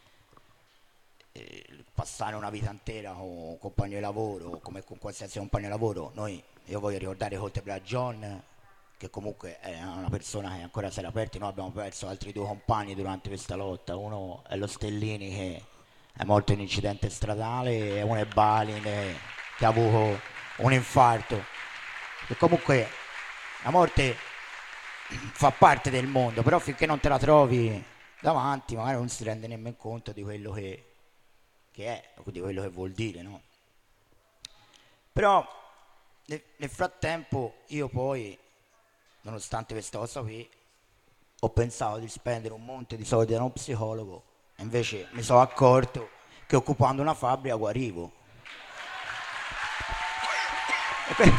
eh, passare una vita intera con un compagno di lavoro, come con qualsiasi compagno di lavoro, noi, io voglio ricordare Coltebra John, che comunque è una persona che ancora si era aperta. Noi abbiamo perso altri due compagni durante questa lotta, uno è lo Stellini che è morto in un incidente stradale, e uno è Balin che, che ha avuto un infarto, e comunque la morte fa parte del mondo, però finché non te la trovi davanti, magari non si rende nemmeno conto di quello che, che è, o di quello che vuol dire, no? Però nel, nel frattempo io poi, nonostante questa cosa qui, ho pensato di spendere un monte di soldi da uno psicologo e invece mi sono accorto che occupando una fabbrica guarivo. E, que-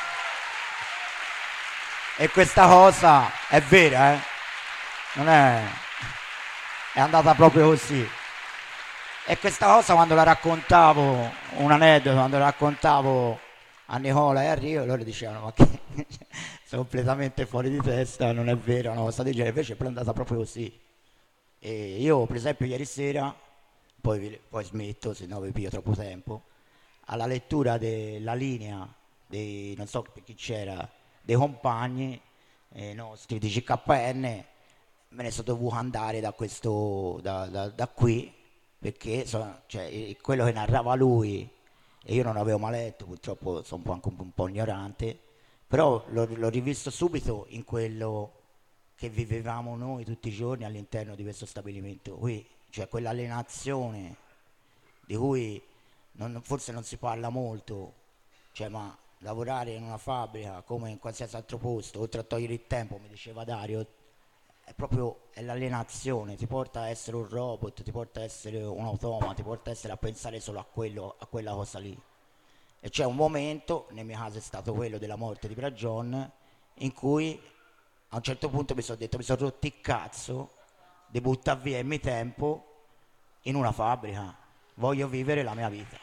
e questa cosa è vera, eh? Non è... è andata proprio così. E questa cosa quando la raccontavo, un aneddoto, quando la raccontavo a Nicola e a Rio, loro dicevano ma che sono completamente fuori di testa, non è vero, una cosa del genere, invece è andata proprio così. E io per esempio ieri sera, poi, vi- poi smetto se no vi piglio troppo tempo, alla lettura della linea dei, non so per chi c'era, dei compagni eh, nostri di G K N, me ne sono dovuto andare da questo, da, da, da qui, perché so- cioè, eh, quello che narrava lui, e io non avevo mai letto, purtroppo sono un po' anche un, un po' ignorante, però l'ho, l'ho rivisto subito in quello che vivevamo noi tutti i giorni all'interno di questo stabilimento qui, cioè quell'alienazione di cui non- forse non si parla molto, cioè ma lavorare in una fabbrica come in qualsiasi altro posto, oltre a togliere il tempo, mi diceva Dario, è proprio è l'alienazione, ti porta a essere un robot, ti porta a essere un automa, ti porta a essere a pensare solo a quello, a quella cosa lì. E c'è un momento, nel mio caso è stato quello della morte di Bragion, in cui a un certo punto mi sono detto, mi sono rotto il cazzo di buttare via il mio tempo in una fabbrica, voglio vivere la mia vita.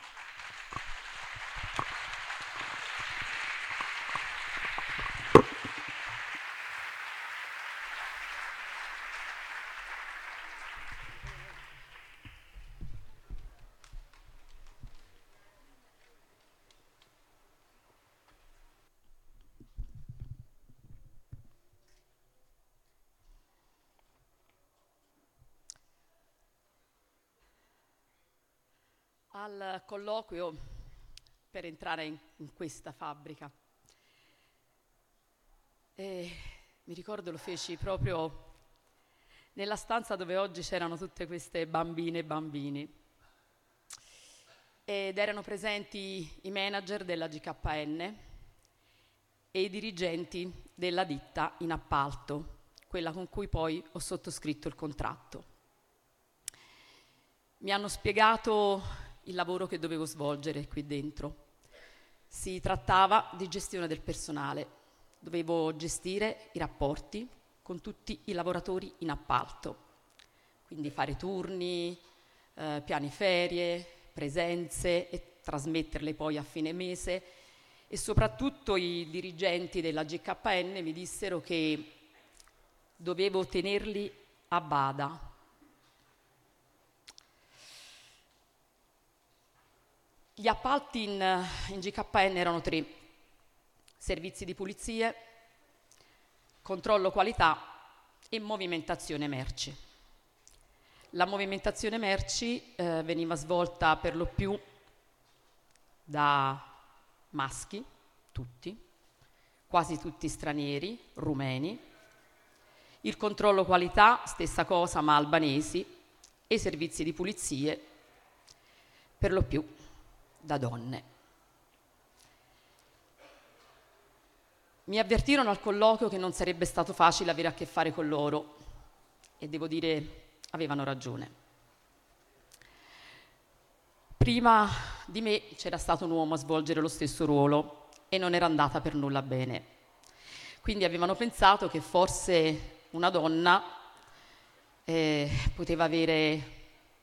Al colloquio per entrare in, in questa fabbrica. E mi ricordo lo feci proprio nella stanza dove oggi c'erano tutte queste bambine e bambini. Ed erano presenti i manager della G K N e i dirigenti della ditta in appalto, quella con cui poi ho sottoscritto il contratto. Mi hanno spiegato il lavoro che dovevo svolgere qui dentro. Si trattava di gestione del personale. Dovevo gestire i rapporti con tutti i lavoratori in appalto, quindi fare turni, eh, piani ferie, presenze e trasmetterle poi a fine mese. E soprattutto i dirigenti della G K N mi dissero che dovevo tenerli a bada. Gli appalti in, in G K N erano tre: servizi di pulizie, controllo qualità e movimentazione merci. La movimentazione merci eh, veniva svolta per lo più da maschi, tutti, quasi tutti stranieri, rumeni. Il controllo qualità, stessa cosa, ma albanesi, e i servizi di pulizie, per lo più da donne. Mi avvertirono al colloquio che non sarebbe stato facile avere a che fare con loro e devo dire avevano ragione. Prima di me c'era stato un uomo a svolgere lo stesso ruolo e non era andata per nulla bene. Quindi avevano pensato che forse una donna eh, poteva avere,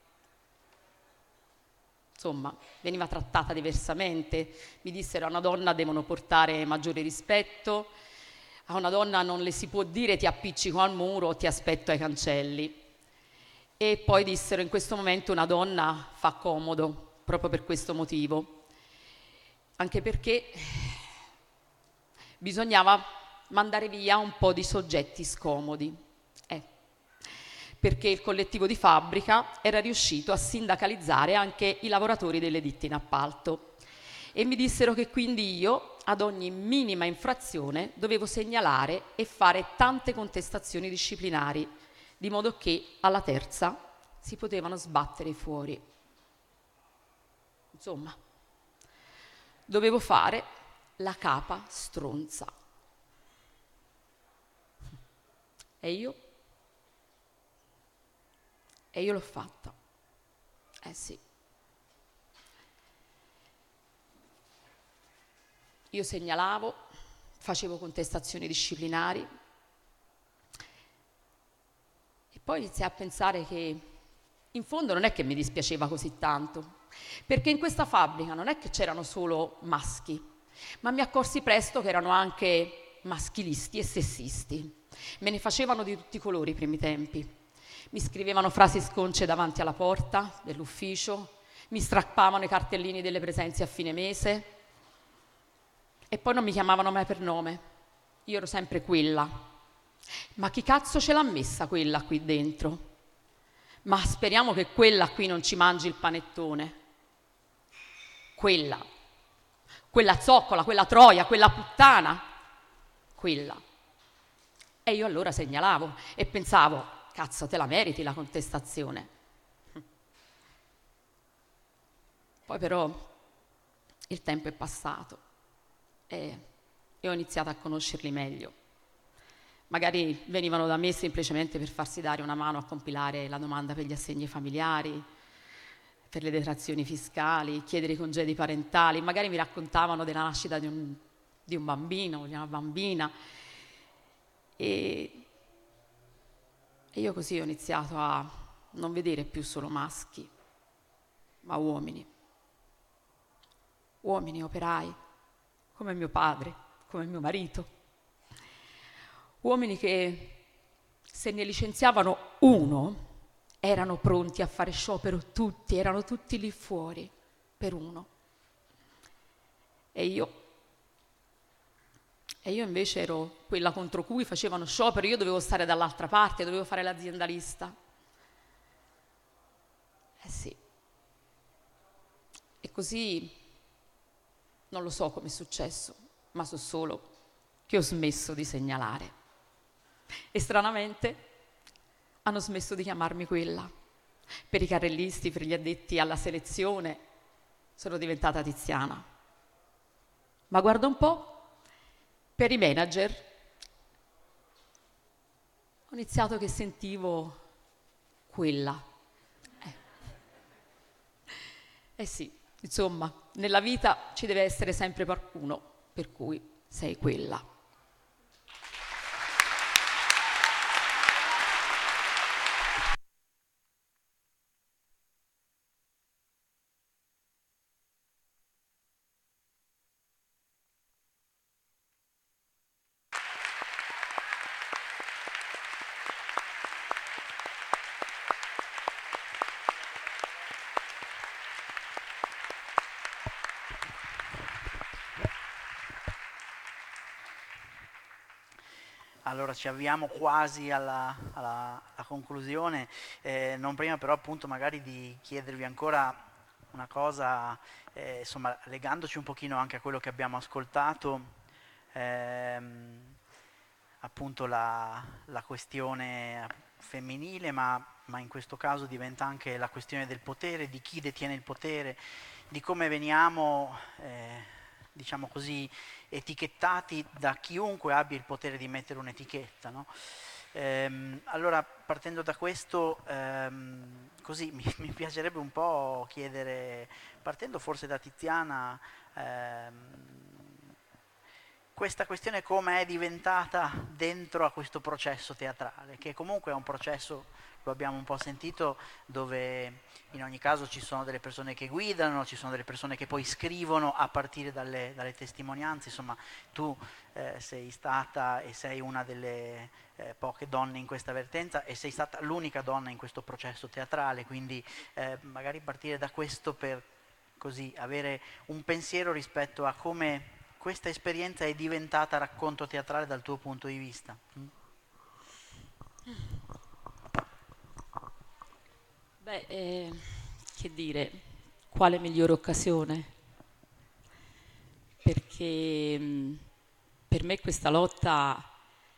insomma, veniva trattata diversamente. Mi dissero: a una donna devono portare maggiore rispetto, a una donna non le si può dire ti appiccico al muro o ti aspetto ai cancelli. E poi dissero: in questo momento una donna fa comodo, proprio per questo motivo, anche perché bisognava mandare via un po' di soggetti scomodi. Eh. Perché il collettivo di fabbrica era riuscito a sindacalizzare anche i lavoratori delle ditte in appalto e mi dissero che quindi io ad ogni minima infrazione dovevo segnalare e fare tante contestazioni disciplinari di modo che alla terza si potevano sbattere fuori. Insomma, dovevo fare la capa stronza. E io? E io l'ho fatta. Eh sì. Io segnalavo, facevo contestazioni disciplinari e poi iniziai a pensare che in fondo non è che mi dispiaceva così tanto, perché in questa fabbrica non è che c'erano solo maschi, ma mi accorsi presto che erano anche maschilisti e sessisti. Me ne facevano di tutti i colori i primi tempi. Mi scrivevano frasi sconce davanti alla porta dell'ufficio, mi strappavano i cartellini delle presenze a fine mese e poi non mi chiamavano mai per nome. Io ero sempre quella. Ma chi cazzo ce l'ha messa quella qui dentro? Ma speriamo che quella qui non ci mangi il panettone. Quella. Quella zoccola, quella troia, quella puttana. Quella. E io allora segnalavo e pensavo, cazzo, te la meriti la contestazione. Poi però il tempo è passato e io ho iniziato a conoscerli meglio. Magari venivano da me semplicemente per farsi dare una mano a compilare la domanda per gli assegni familiari, per le detrazioni fiscali, chiedere i congedi parentali, magari mi raccontavano della nascita di un, di un bambino, di una bambina. E E io così ho iniziato a non vedere più solo maschi, ma uomini. Uomini operai, come mio padre, come mio marito. Uomini che, se ne licenziavano uno, erano pronti a fare sciopero tutti, erano tutti lì fuori per uno. E io, e io invece ero quella contro cui facevano sciopero, io dovevo stare dall'altra parte, dovevo fare l'aziendalista. Eh sì. E così non lo so come è successo, ma so solo che ho smesso di segnalare. E stranamente hanno smesso di chiamarmi quella. Per i carrellisti, per gli addetti alla selezione, sono diventata Tiziana. Ma guarda un po', per i manager ho iniziato che sentivo quella. Eh. eh sì, insomma, nella vita ci deve essere sempre qualcuno per cui sei quella. Allora ci avviamo quasi alla, alla, alla conclusione, eh, non prima però appunto magari di chiedervi ancora una cosa, eh, insomma legandoci un pochino anche a quello che abbiamo ascoltato, ehm, appunto la, la questione femminile, ma, ma in questo caso diventa anche la questione del potere, di chi detiene il potere, di come veniamo, eh, diciamo così, etichettati da chiunque abbia il potere di mettere un'etichetta, no? Ehm, allora, partendo da questo, ehm, così mi, mi piacerebbe un po' chiedere, partendo forse da Tiziana, ehm, questa questione come è diventata dentro a questo processo teatrale, che comunque è un processo, lo abbiamo un po' sentito, dove in ogni caso ci sono delle persone che guidano, ci sono delle persone che poi scrivono a partire dalle, dalle testimonianze. Insomma, tu eh, sei stata e sei una delle eh, poche donne in questa vertenza e sei stata l'unica donna in questo processo teatrale, quindi eh, magari partire da questo per così avere un pensiero rispetto a come questa esperienza è diventata racconto teatrale dal tuo punto di vista. Mm? Beh, eh, che dire, quale migliore occasione? Perché mh, per me questa lotta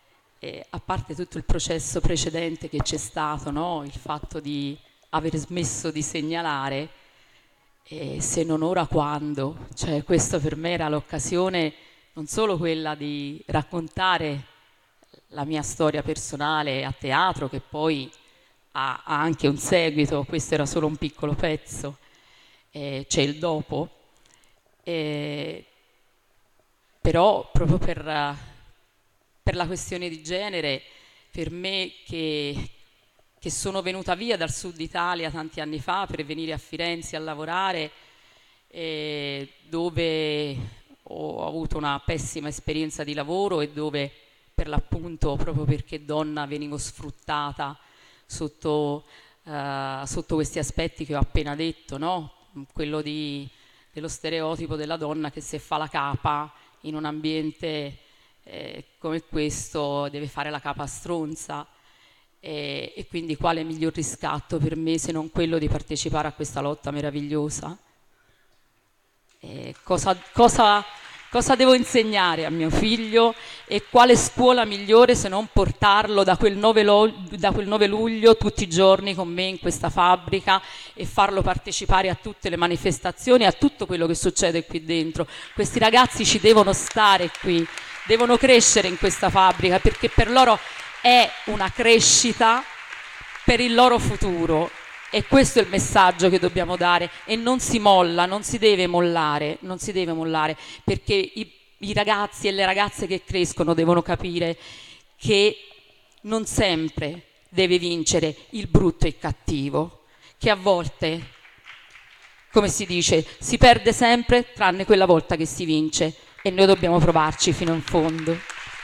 eh, a parte tutto il processo precedente che c'è stato, no? Il fatto di aver smesso di segnalare, eh, se non ora quando? Cioè, questo per me era l'occasione non solo quella di raccontare la mia storia personale a teatro, che poi ha, ha anche un seguito, questo era solo un piccolo pezzo, eh, c'è il dopo, eh, però proprio per, per la questione di genere, per me che, che sono venuta via dal sud Italia tanti anni fa per venire a Firenze a lavorare, eh, dove ho avuto una pessima esperienza di lavoro e dove per l'appunto, proprio perché donna, venivo sfruttata sotto, uh, sotto questi aspetti che ho appena detto, no? Quello di, dello stereotipo della donna che se fa la capa in un ambiente eh, come questo deve fare la capa stronza, e, e quindi quale miglior riscatto per me se non quello di partecipare a questa lotta meravigliosa? Eh, cosa, cosa, cosa devo insegnare a mio figlio e quale scuola migliore se non portarlo da quel, nove lo, da quel nove luglio tutti i giorni con me in questa fabbrica e farlo partecipare a tutte le manifestazioni, a tutto quello che succede qui dentro. Questi ragazzi ci devono stare qui, devono crescere in questa fabbrica, perché per loro è una crescita per il loro futuro. E questo è il messaggio che dobbiamo dare, e non si molla, non si deve mollare, non si deve mollare, perché i, i ragazzi e le ragazze che crescono devono capire che non sempre deve vincere il brutto e il cattivo, che a volte, come si dice, si perde sempre tranne quella volta che si vince, e noi dobbiamo provarci fino in fondo.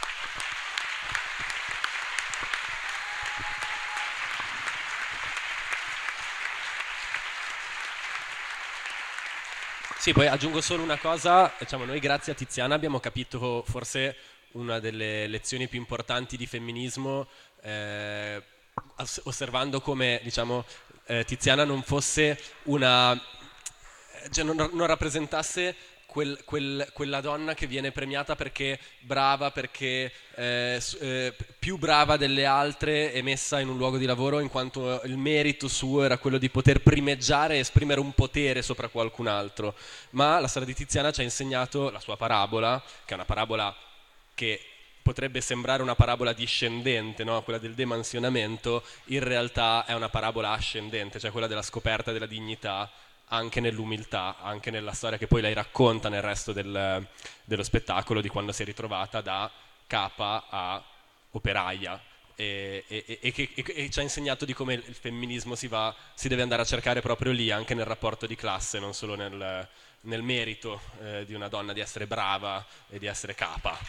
Sì, poi aggiungo solo una cosa, diciamo, noi grazie a Tiziana abbiamo capito forse una delle lezioni più importanti di femminismo, eh, osservando come, diciamo, eh, Tiziana non fosse una, cioè non, non rappresentasse quel, quel, quella donna che viene premiata perché brava, perché eh, eh, più brava delle altre e messa in un luogo di lavoro, in quanto il merito suo era quello di poter primeggiare e esprimere un potere sopra qualcun altro. Ma la storia di Tiziana ci ha insegnato la sua parabola, che è una parabola che potrebbe sembrare una parabola discendente, no? Quella del demansionamento, in realtà è una parabola ascendente, cioè quella della scoperta della dignità anche nell'umiltà, anche nella storia che poi lei racconta nel resto del, dello spettacolo, di quando si è ritrovata da capa a operaia, e, e, e, che, e, e ci ha insegnato di come il femminismo si, va, si deve andare a cercare proprio lì, anche nel rapporto di classe, non solo nel, nel merito eh, di una donna di essere brava e di essere capa.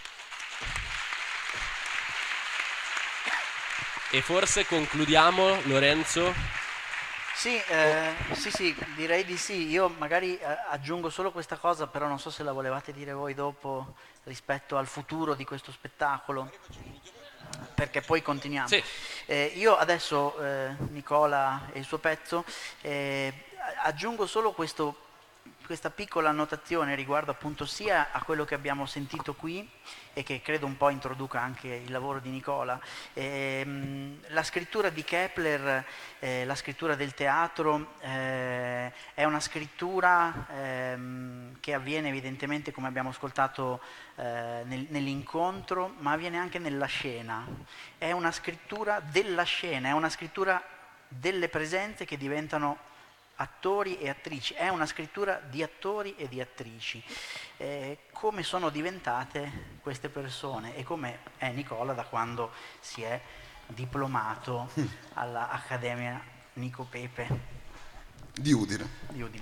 E forse concludiamo, Lorenzo? Sì, eh, sì, sì, direi di sì. Io magari eh, aggiungo solo questa cosa, però non so se la volevate dire voi dopo rispetto al futuro di questo spettacolo, perché poi continuiamo. Sì. Eh, io adesso, eh, Nicola e il suo pezzo, eh, aggiungo solo questo, questa piccola annotazione riguardo appunto sia a quello che abbiamo sentito qui e che credo un po' introduca anche il lavoro di Nicola. Ehm, la scrittura di Kepler, eh, la scrittura del teatro, eh, è una scrittura ehm, che avviene evidentemente, come abbiamo ascoltato, eh, nel, nell'incontro, ma avviene anche nella scena. È una scrittura della scena, è una scrittura delle presenze che diventano attori e attrici, è una scrittura di attori e di attrici. Eh, come sono diventate queste persone e come è Nicola da quando si è diplomato all'Accademia Nico Pepe di Udine. di Udine.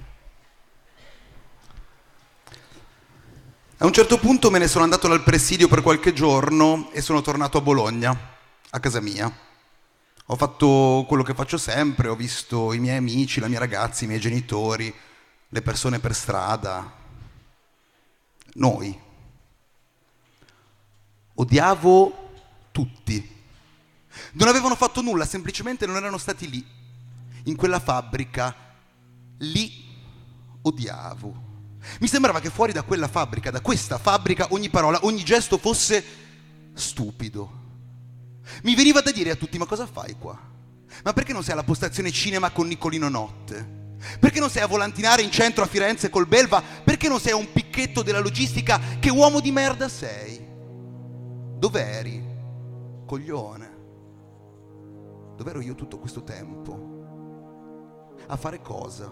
A un certo punto me ne sono andato dal presidio per qualche giorno e sono tornato a Bologna, a casa mia. Ho fatto quello che faccio sempre, ho visto i miei amici, la mia ragazza, i miei genitori, le persone per strada. Noi. Odiavo tutti. Non avevano fatto nulla, semplicemente non erano stati lì, in quella fabbrica. Lì odiavo. Mi sembrava che fuori da quella fabbrica, da questa fabbrica, ogni parola, ogni gesto fosse stupido. Mi veniva da dire a tutti, ma cosa fai qua? Ma perché non sei alla postazione cinema con Nicolino Notte? Perché non sei a volantinare in centro a Firenze col Belva? Perché non sei a un picchetto della logistica? Che uomo di merda sei? Dov'eri? Coglione. Dov'ero io tutto questo tempo? A fare cosa?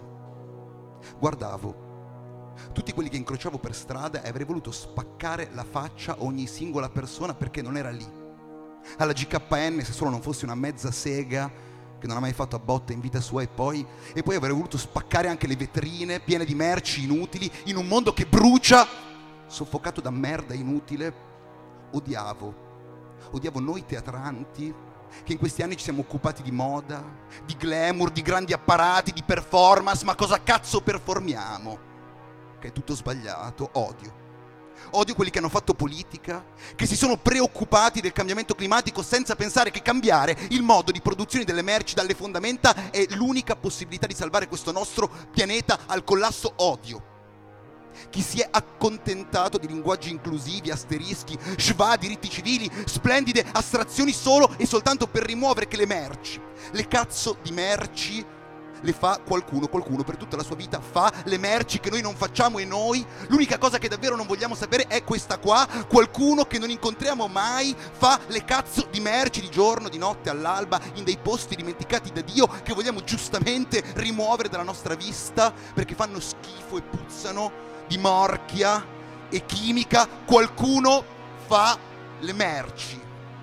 Guardavo tutti quelli che incrociavo per strada e avrei voluto spaccare la faccia a ogni singola persona perché non era lì. Alla G K N, se solo non fosse una mezza sega che non ha mai fatto a botte in vita sua, e poi, e poi avrei voluto spaccare anche le vetrine piene di merci inutili in un mondo che brucia, soffocato da merda inutile. Odiavo, odiavo noi teatranti che in questi anni ci siamo occupati di moda, di glamour, di grandi apparati, di performance, ma cosa cazzo performiamo? Che è tutto sbagliato. Odio. Odio quelli che hanno fatto politica, che si sono preoccupati del cambiamento climatico senza pensare che cambiare il modo di produzione delle merci dalle fondamenta è l'unica possibilità di salvare questo nostro pianeta al collasso. Odio chi si è accontentato di linguaggi inclusivi, asterischi, schwa, diritti civili, splendide astrazioni solo e soltanto per rimuovere che le merci, le cazzo di merci, le fa qualcuno, qualcuno per tutta la sua vita fa le merci che noi non facciamo, e noi l'unica cosa che davvero non vogliamo sapere è questa qua. Qualcuno che non incontriamo mai fa le cazzo di merci di giorno, di notte, all'alba, in dei posti dimenticati da Dio che vogliamo giustamente rimuovere dalla nostra vista perché fanno schifo e puzzano di morchia e chimica. Qualcuno fa le merci.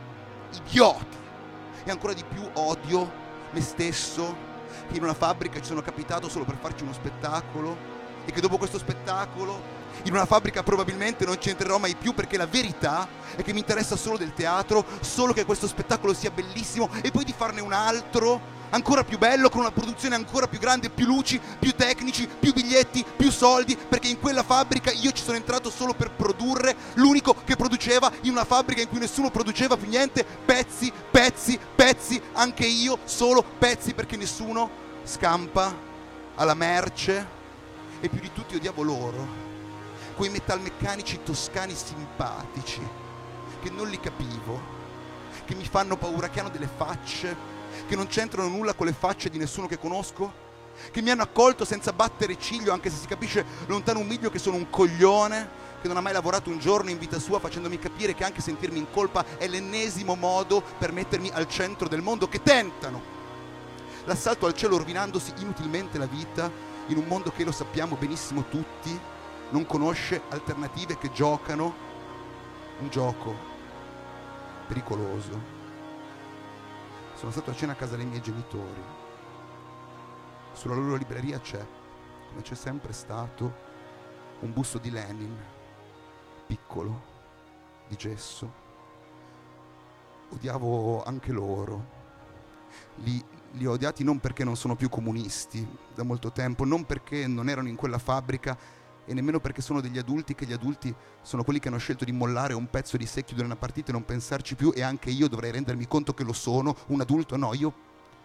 Idioti. E ancora di più odio me stesso, che in una fabbrica ci sono capitato solo per farci uno spettacolo e che dopo questo spettacolo in una fabbrica probabilmente non ci entrerò mai più, perché la verità è che mi interessa solo del teatro, solo che questo spettacolo sia bellissimo e poi di farne un altro ancora più bello, con una produzione ancora più grande, più luci, più tecnici, più biglietti, più soldi, perché in quella fabbrica io ci sono entrato solo per produrre, l'unico che produceva in una fabbrica in cui nessuno produceva più niente, pezzi, pezzi, pezzi, anche io solo pezzi, perché nessuno scampa alla merce. E più di tutti odiavo loro, quei metalmeccanici toscani simpatici, che non li capivo, che mi fanno paura, che hanno delle facce che non c'entrano nulla con le facce di nessuno che conosco, che mi hanno accolto senza battere ciglio, anche se si capisce lontano un miglio che sono un coglione, che non ha mai lavorato un giorno in vita sua, facendomi capire che anche sentirmi in colpa è l'ennesimo modo per mettermi al centro del mondo, che tentano l'assalto al cielo rovinandosi inutilmente la vita in un mondo che, lo sappiamo benissimo tutti, non conosce alternative, che giocano un gioco pericoloso. Sono stato a cena a casa dei miei genitori. Sulla loro libreria c'è, come c'è sempre stato, un busto di Lenin, piccolo, di gesso. Odiavo anche loro. Li, li ho odiati non perché non sono più comunisti da molto tempo, non perché non erano in quella fabbrica, e nemmeno perché sono degli adulti, che gli adulti sono quelli che hanno scelto di mollare un pezzo di sé, chiudere una partita e non pensarci più, e anche io dovrei rendermi conto che lo sono, un adulto. No, io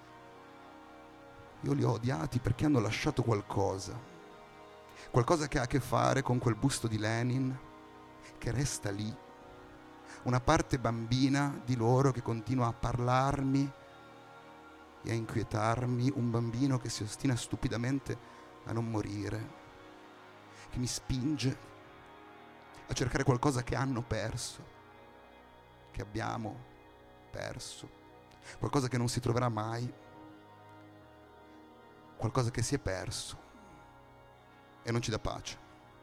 io li ho odiati perché hanno lasciato qualcosa, qualcosa che ha a che fare con quel busto di Lenin che resta lì, una parte bambina di loro che continua a parlarmi e a inquietarmi, un bambino che si ostina stupidamente a non morire, che mi spinge a cercare qualcosa che hanno perso, che abbiamo perso, qualcosa che non si troverà mai, qualcosa che si è perso e non ci dà pace.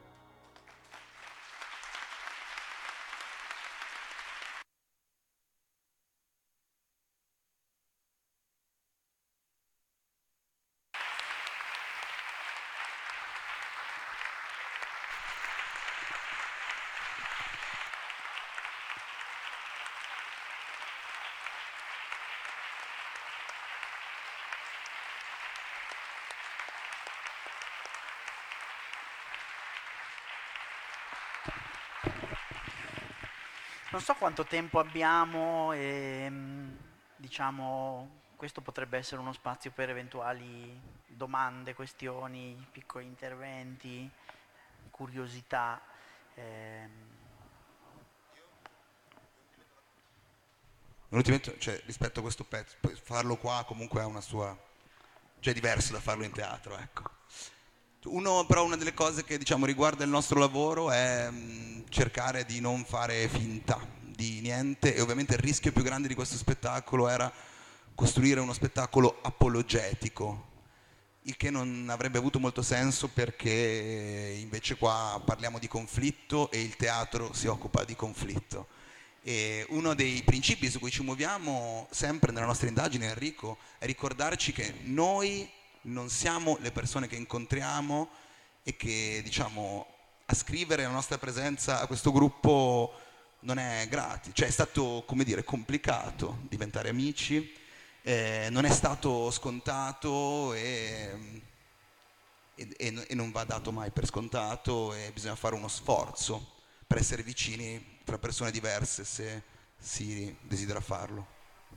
Non so quanto tempo abbiamo e diciamo questo potrebbe essere uno spazio per eventuali domande, questioni, piccoli interventi, curiosità. Ehm. venuto in mente, cioè, rispetto a questo pezzo, poi farlo qua comunque ha una sua, cioè è diverso da farlo in teatro, ecco. Uno, però una delle cose che diciamo riguarda il nostro lavoro è mh, cercare di non fare finta di niente, e ovviamente il rischio più grande di questo spettacolo era costruire uno spettacolo apologetico, il che non avrebbe avuto molto senso, perché invece qua parliamo di conflitto e il teatro si occupa di conflitto. E uno dei principi su cui ci muoviamo sempre nella nostra indagine, Enrico, è ricordarci che noi non siamo le persone che incontriamo e che, diciamo, ascrivere la nostra presenza a questo gruppo non è gratis, cioè è stato, come dire, complicato diventare amici, eh, non è stato scontato e, e, e non va dato mai per scontato, e bisogna fare uno sforzo per essere vicini tra persone diverse se si desidera farlo.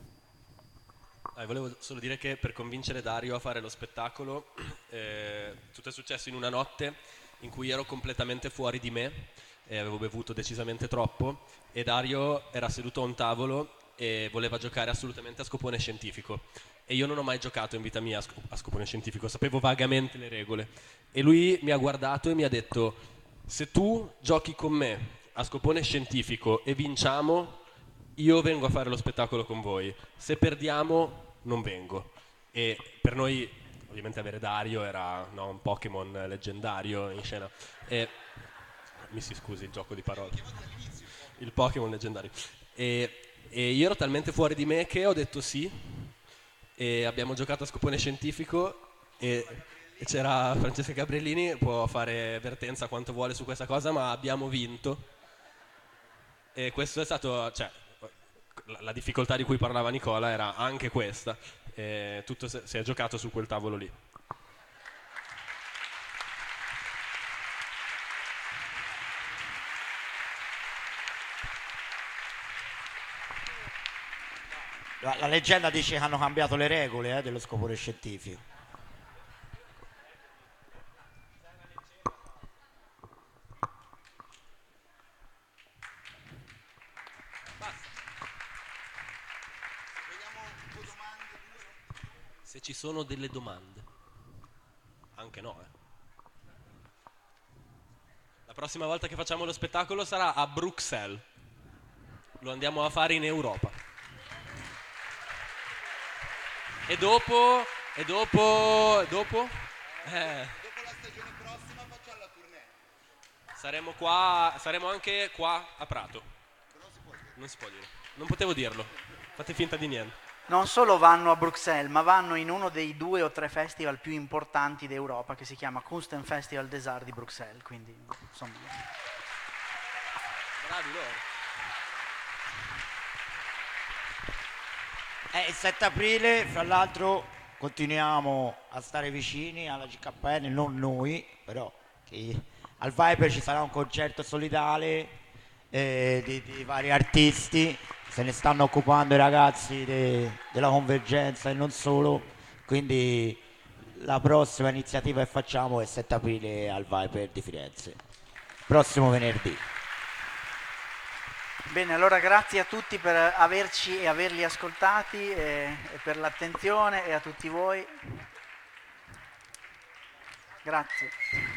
Ah, volevo solo dire che per convincere Dario a fare lo spettacolo, eh, tutto è successo in una notte in cui ero completamente fuori di me e avevo bevuto decisamente troppo, e Dario era seduto a un tavolo e voleva giocare assolutamente a scopone scientifico, e io non ho mai giocato in vita mia a, scop- a scopone scientifico, sapevo vagamente le regole, e lui mi ha guardato e mi ha detto: se tu giochi con me a scopone scientifico e vinciamo, io vengo a fare lo spettacolo con voi, se perdiamo non vengo. E per noi ovviamente avere Dario era, no, un Pokémon leggendario in scena, e mi si scusi il gioco di parole, il Pokémon leggendario, e, e io ero talmente fuori di me che ho detto sì, e abbiamo giocato a scopone scientifico, e, e c'era Francesca Gabriellini, può fare vertenza quanto vuole su questa cosa, ma abbiamo vinto, e questo è stato, cioè, la, la difficoltà di cui parlava Nicola era anche questa, e tutto si, si è giocato su quel tavolo lì. La, la leggenda dice che hanno cambiato le regole eh, dello scopone scientifico. Se ci sono delle domande, anche no, eh. La prossima volta che facciamo lo spettacolo sarà a Bruxelles, lo andiamo a fare in Europa. E dopo, e dopo, e dopo? Eh. Dopo la stagione prossima facciamo la tournée. Saremo qua, saremo anche qua a Prato. Non si può dire. Non potevo dirlo. Fate finta di niente. Non solo vanno a Bruxelles, ma vanno in uno dei due o tre festival più importanti d'Europa, che si chiama Kunsten Festival des Arts di Bruxelles, quindi insomma. Bravi loro. Eh, il sette aprile, fra l'altro, continuiamo a stare vicini alla G K N, non noi, però che al Viper ci sarà un concerto solidale eh, di, di vari artisti, se ne stanno occupando i ragazzi de, della Convergenza e non solo, quindi la prossima iniziativa che facciamo è il sette aprile al Viper di Firenze, prossimo venerdì. Bene, allora grazie a tutti per averci e averli ascoltati e, e per l'attenzione, e a tutti voi. Grazie.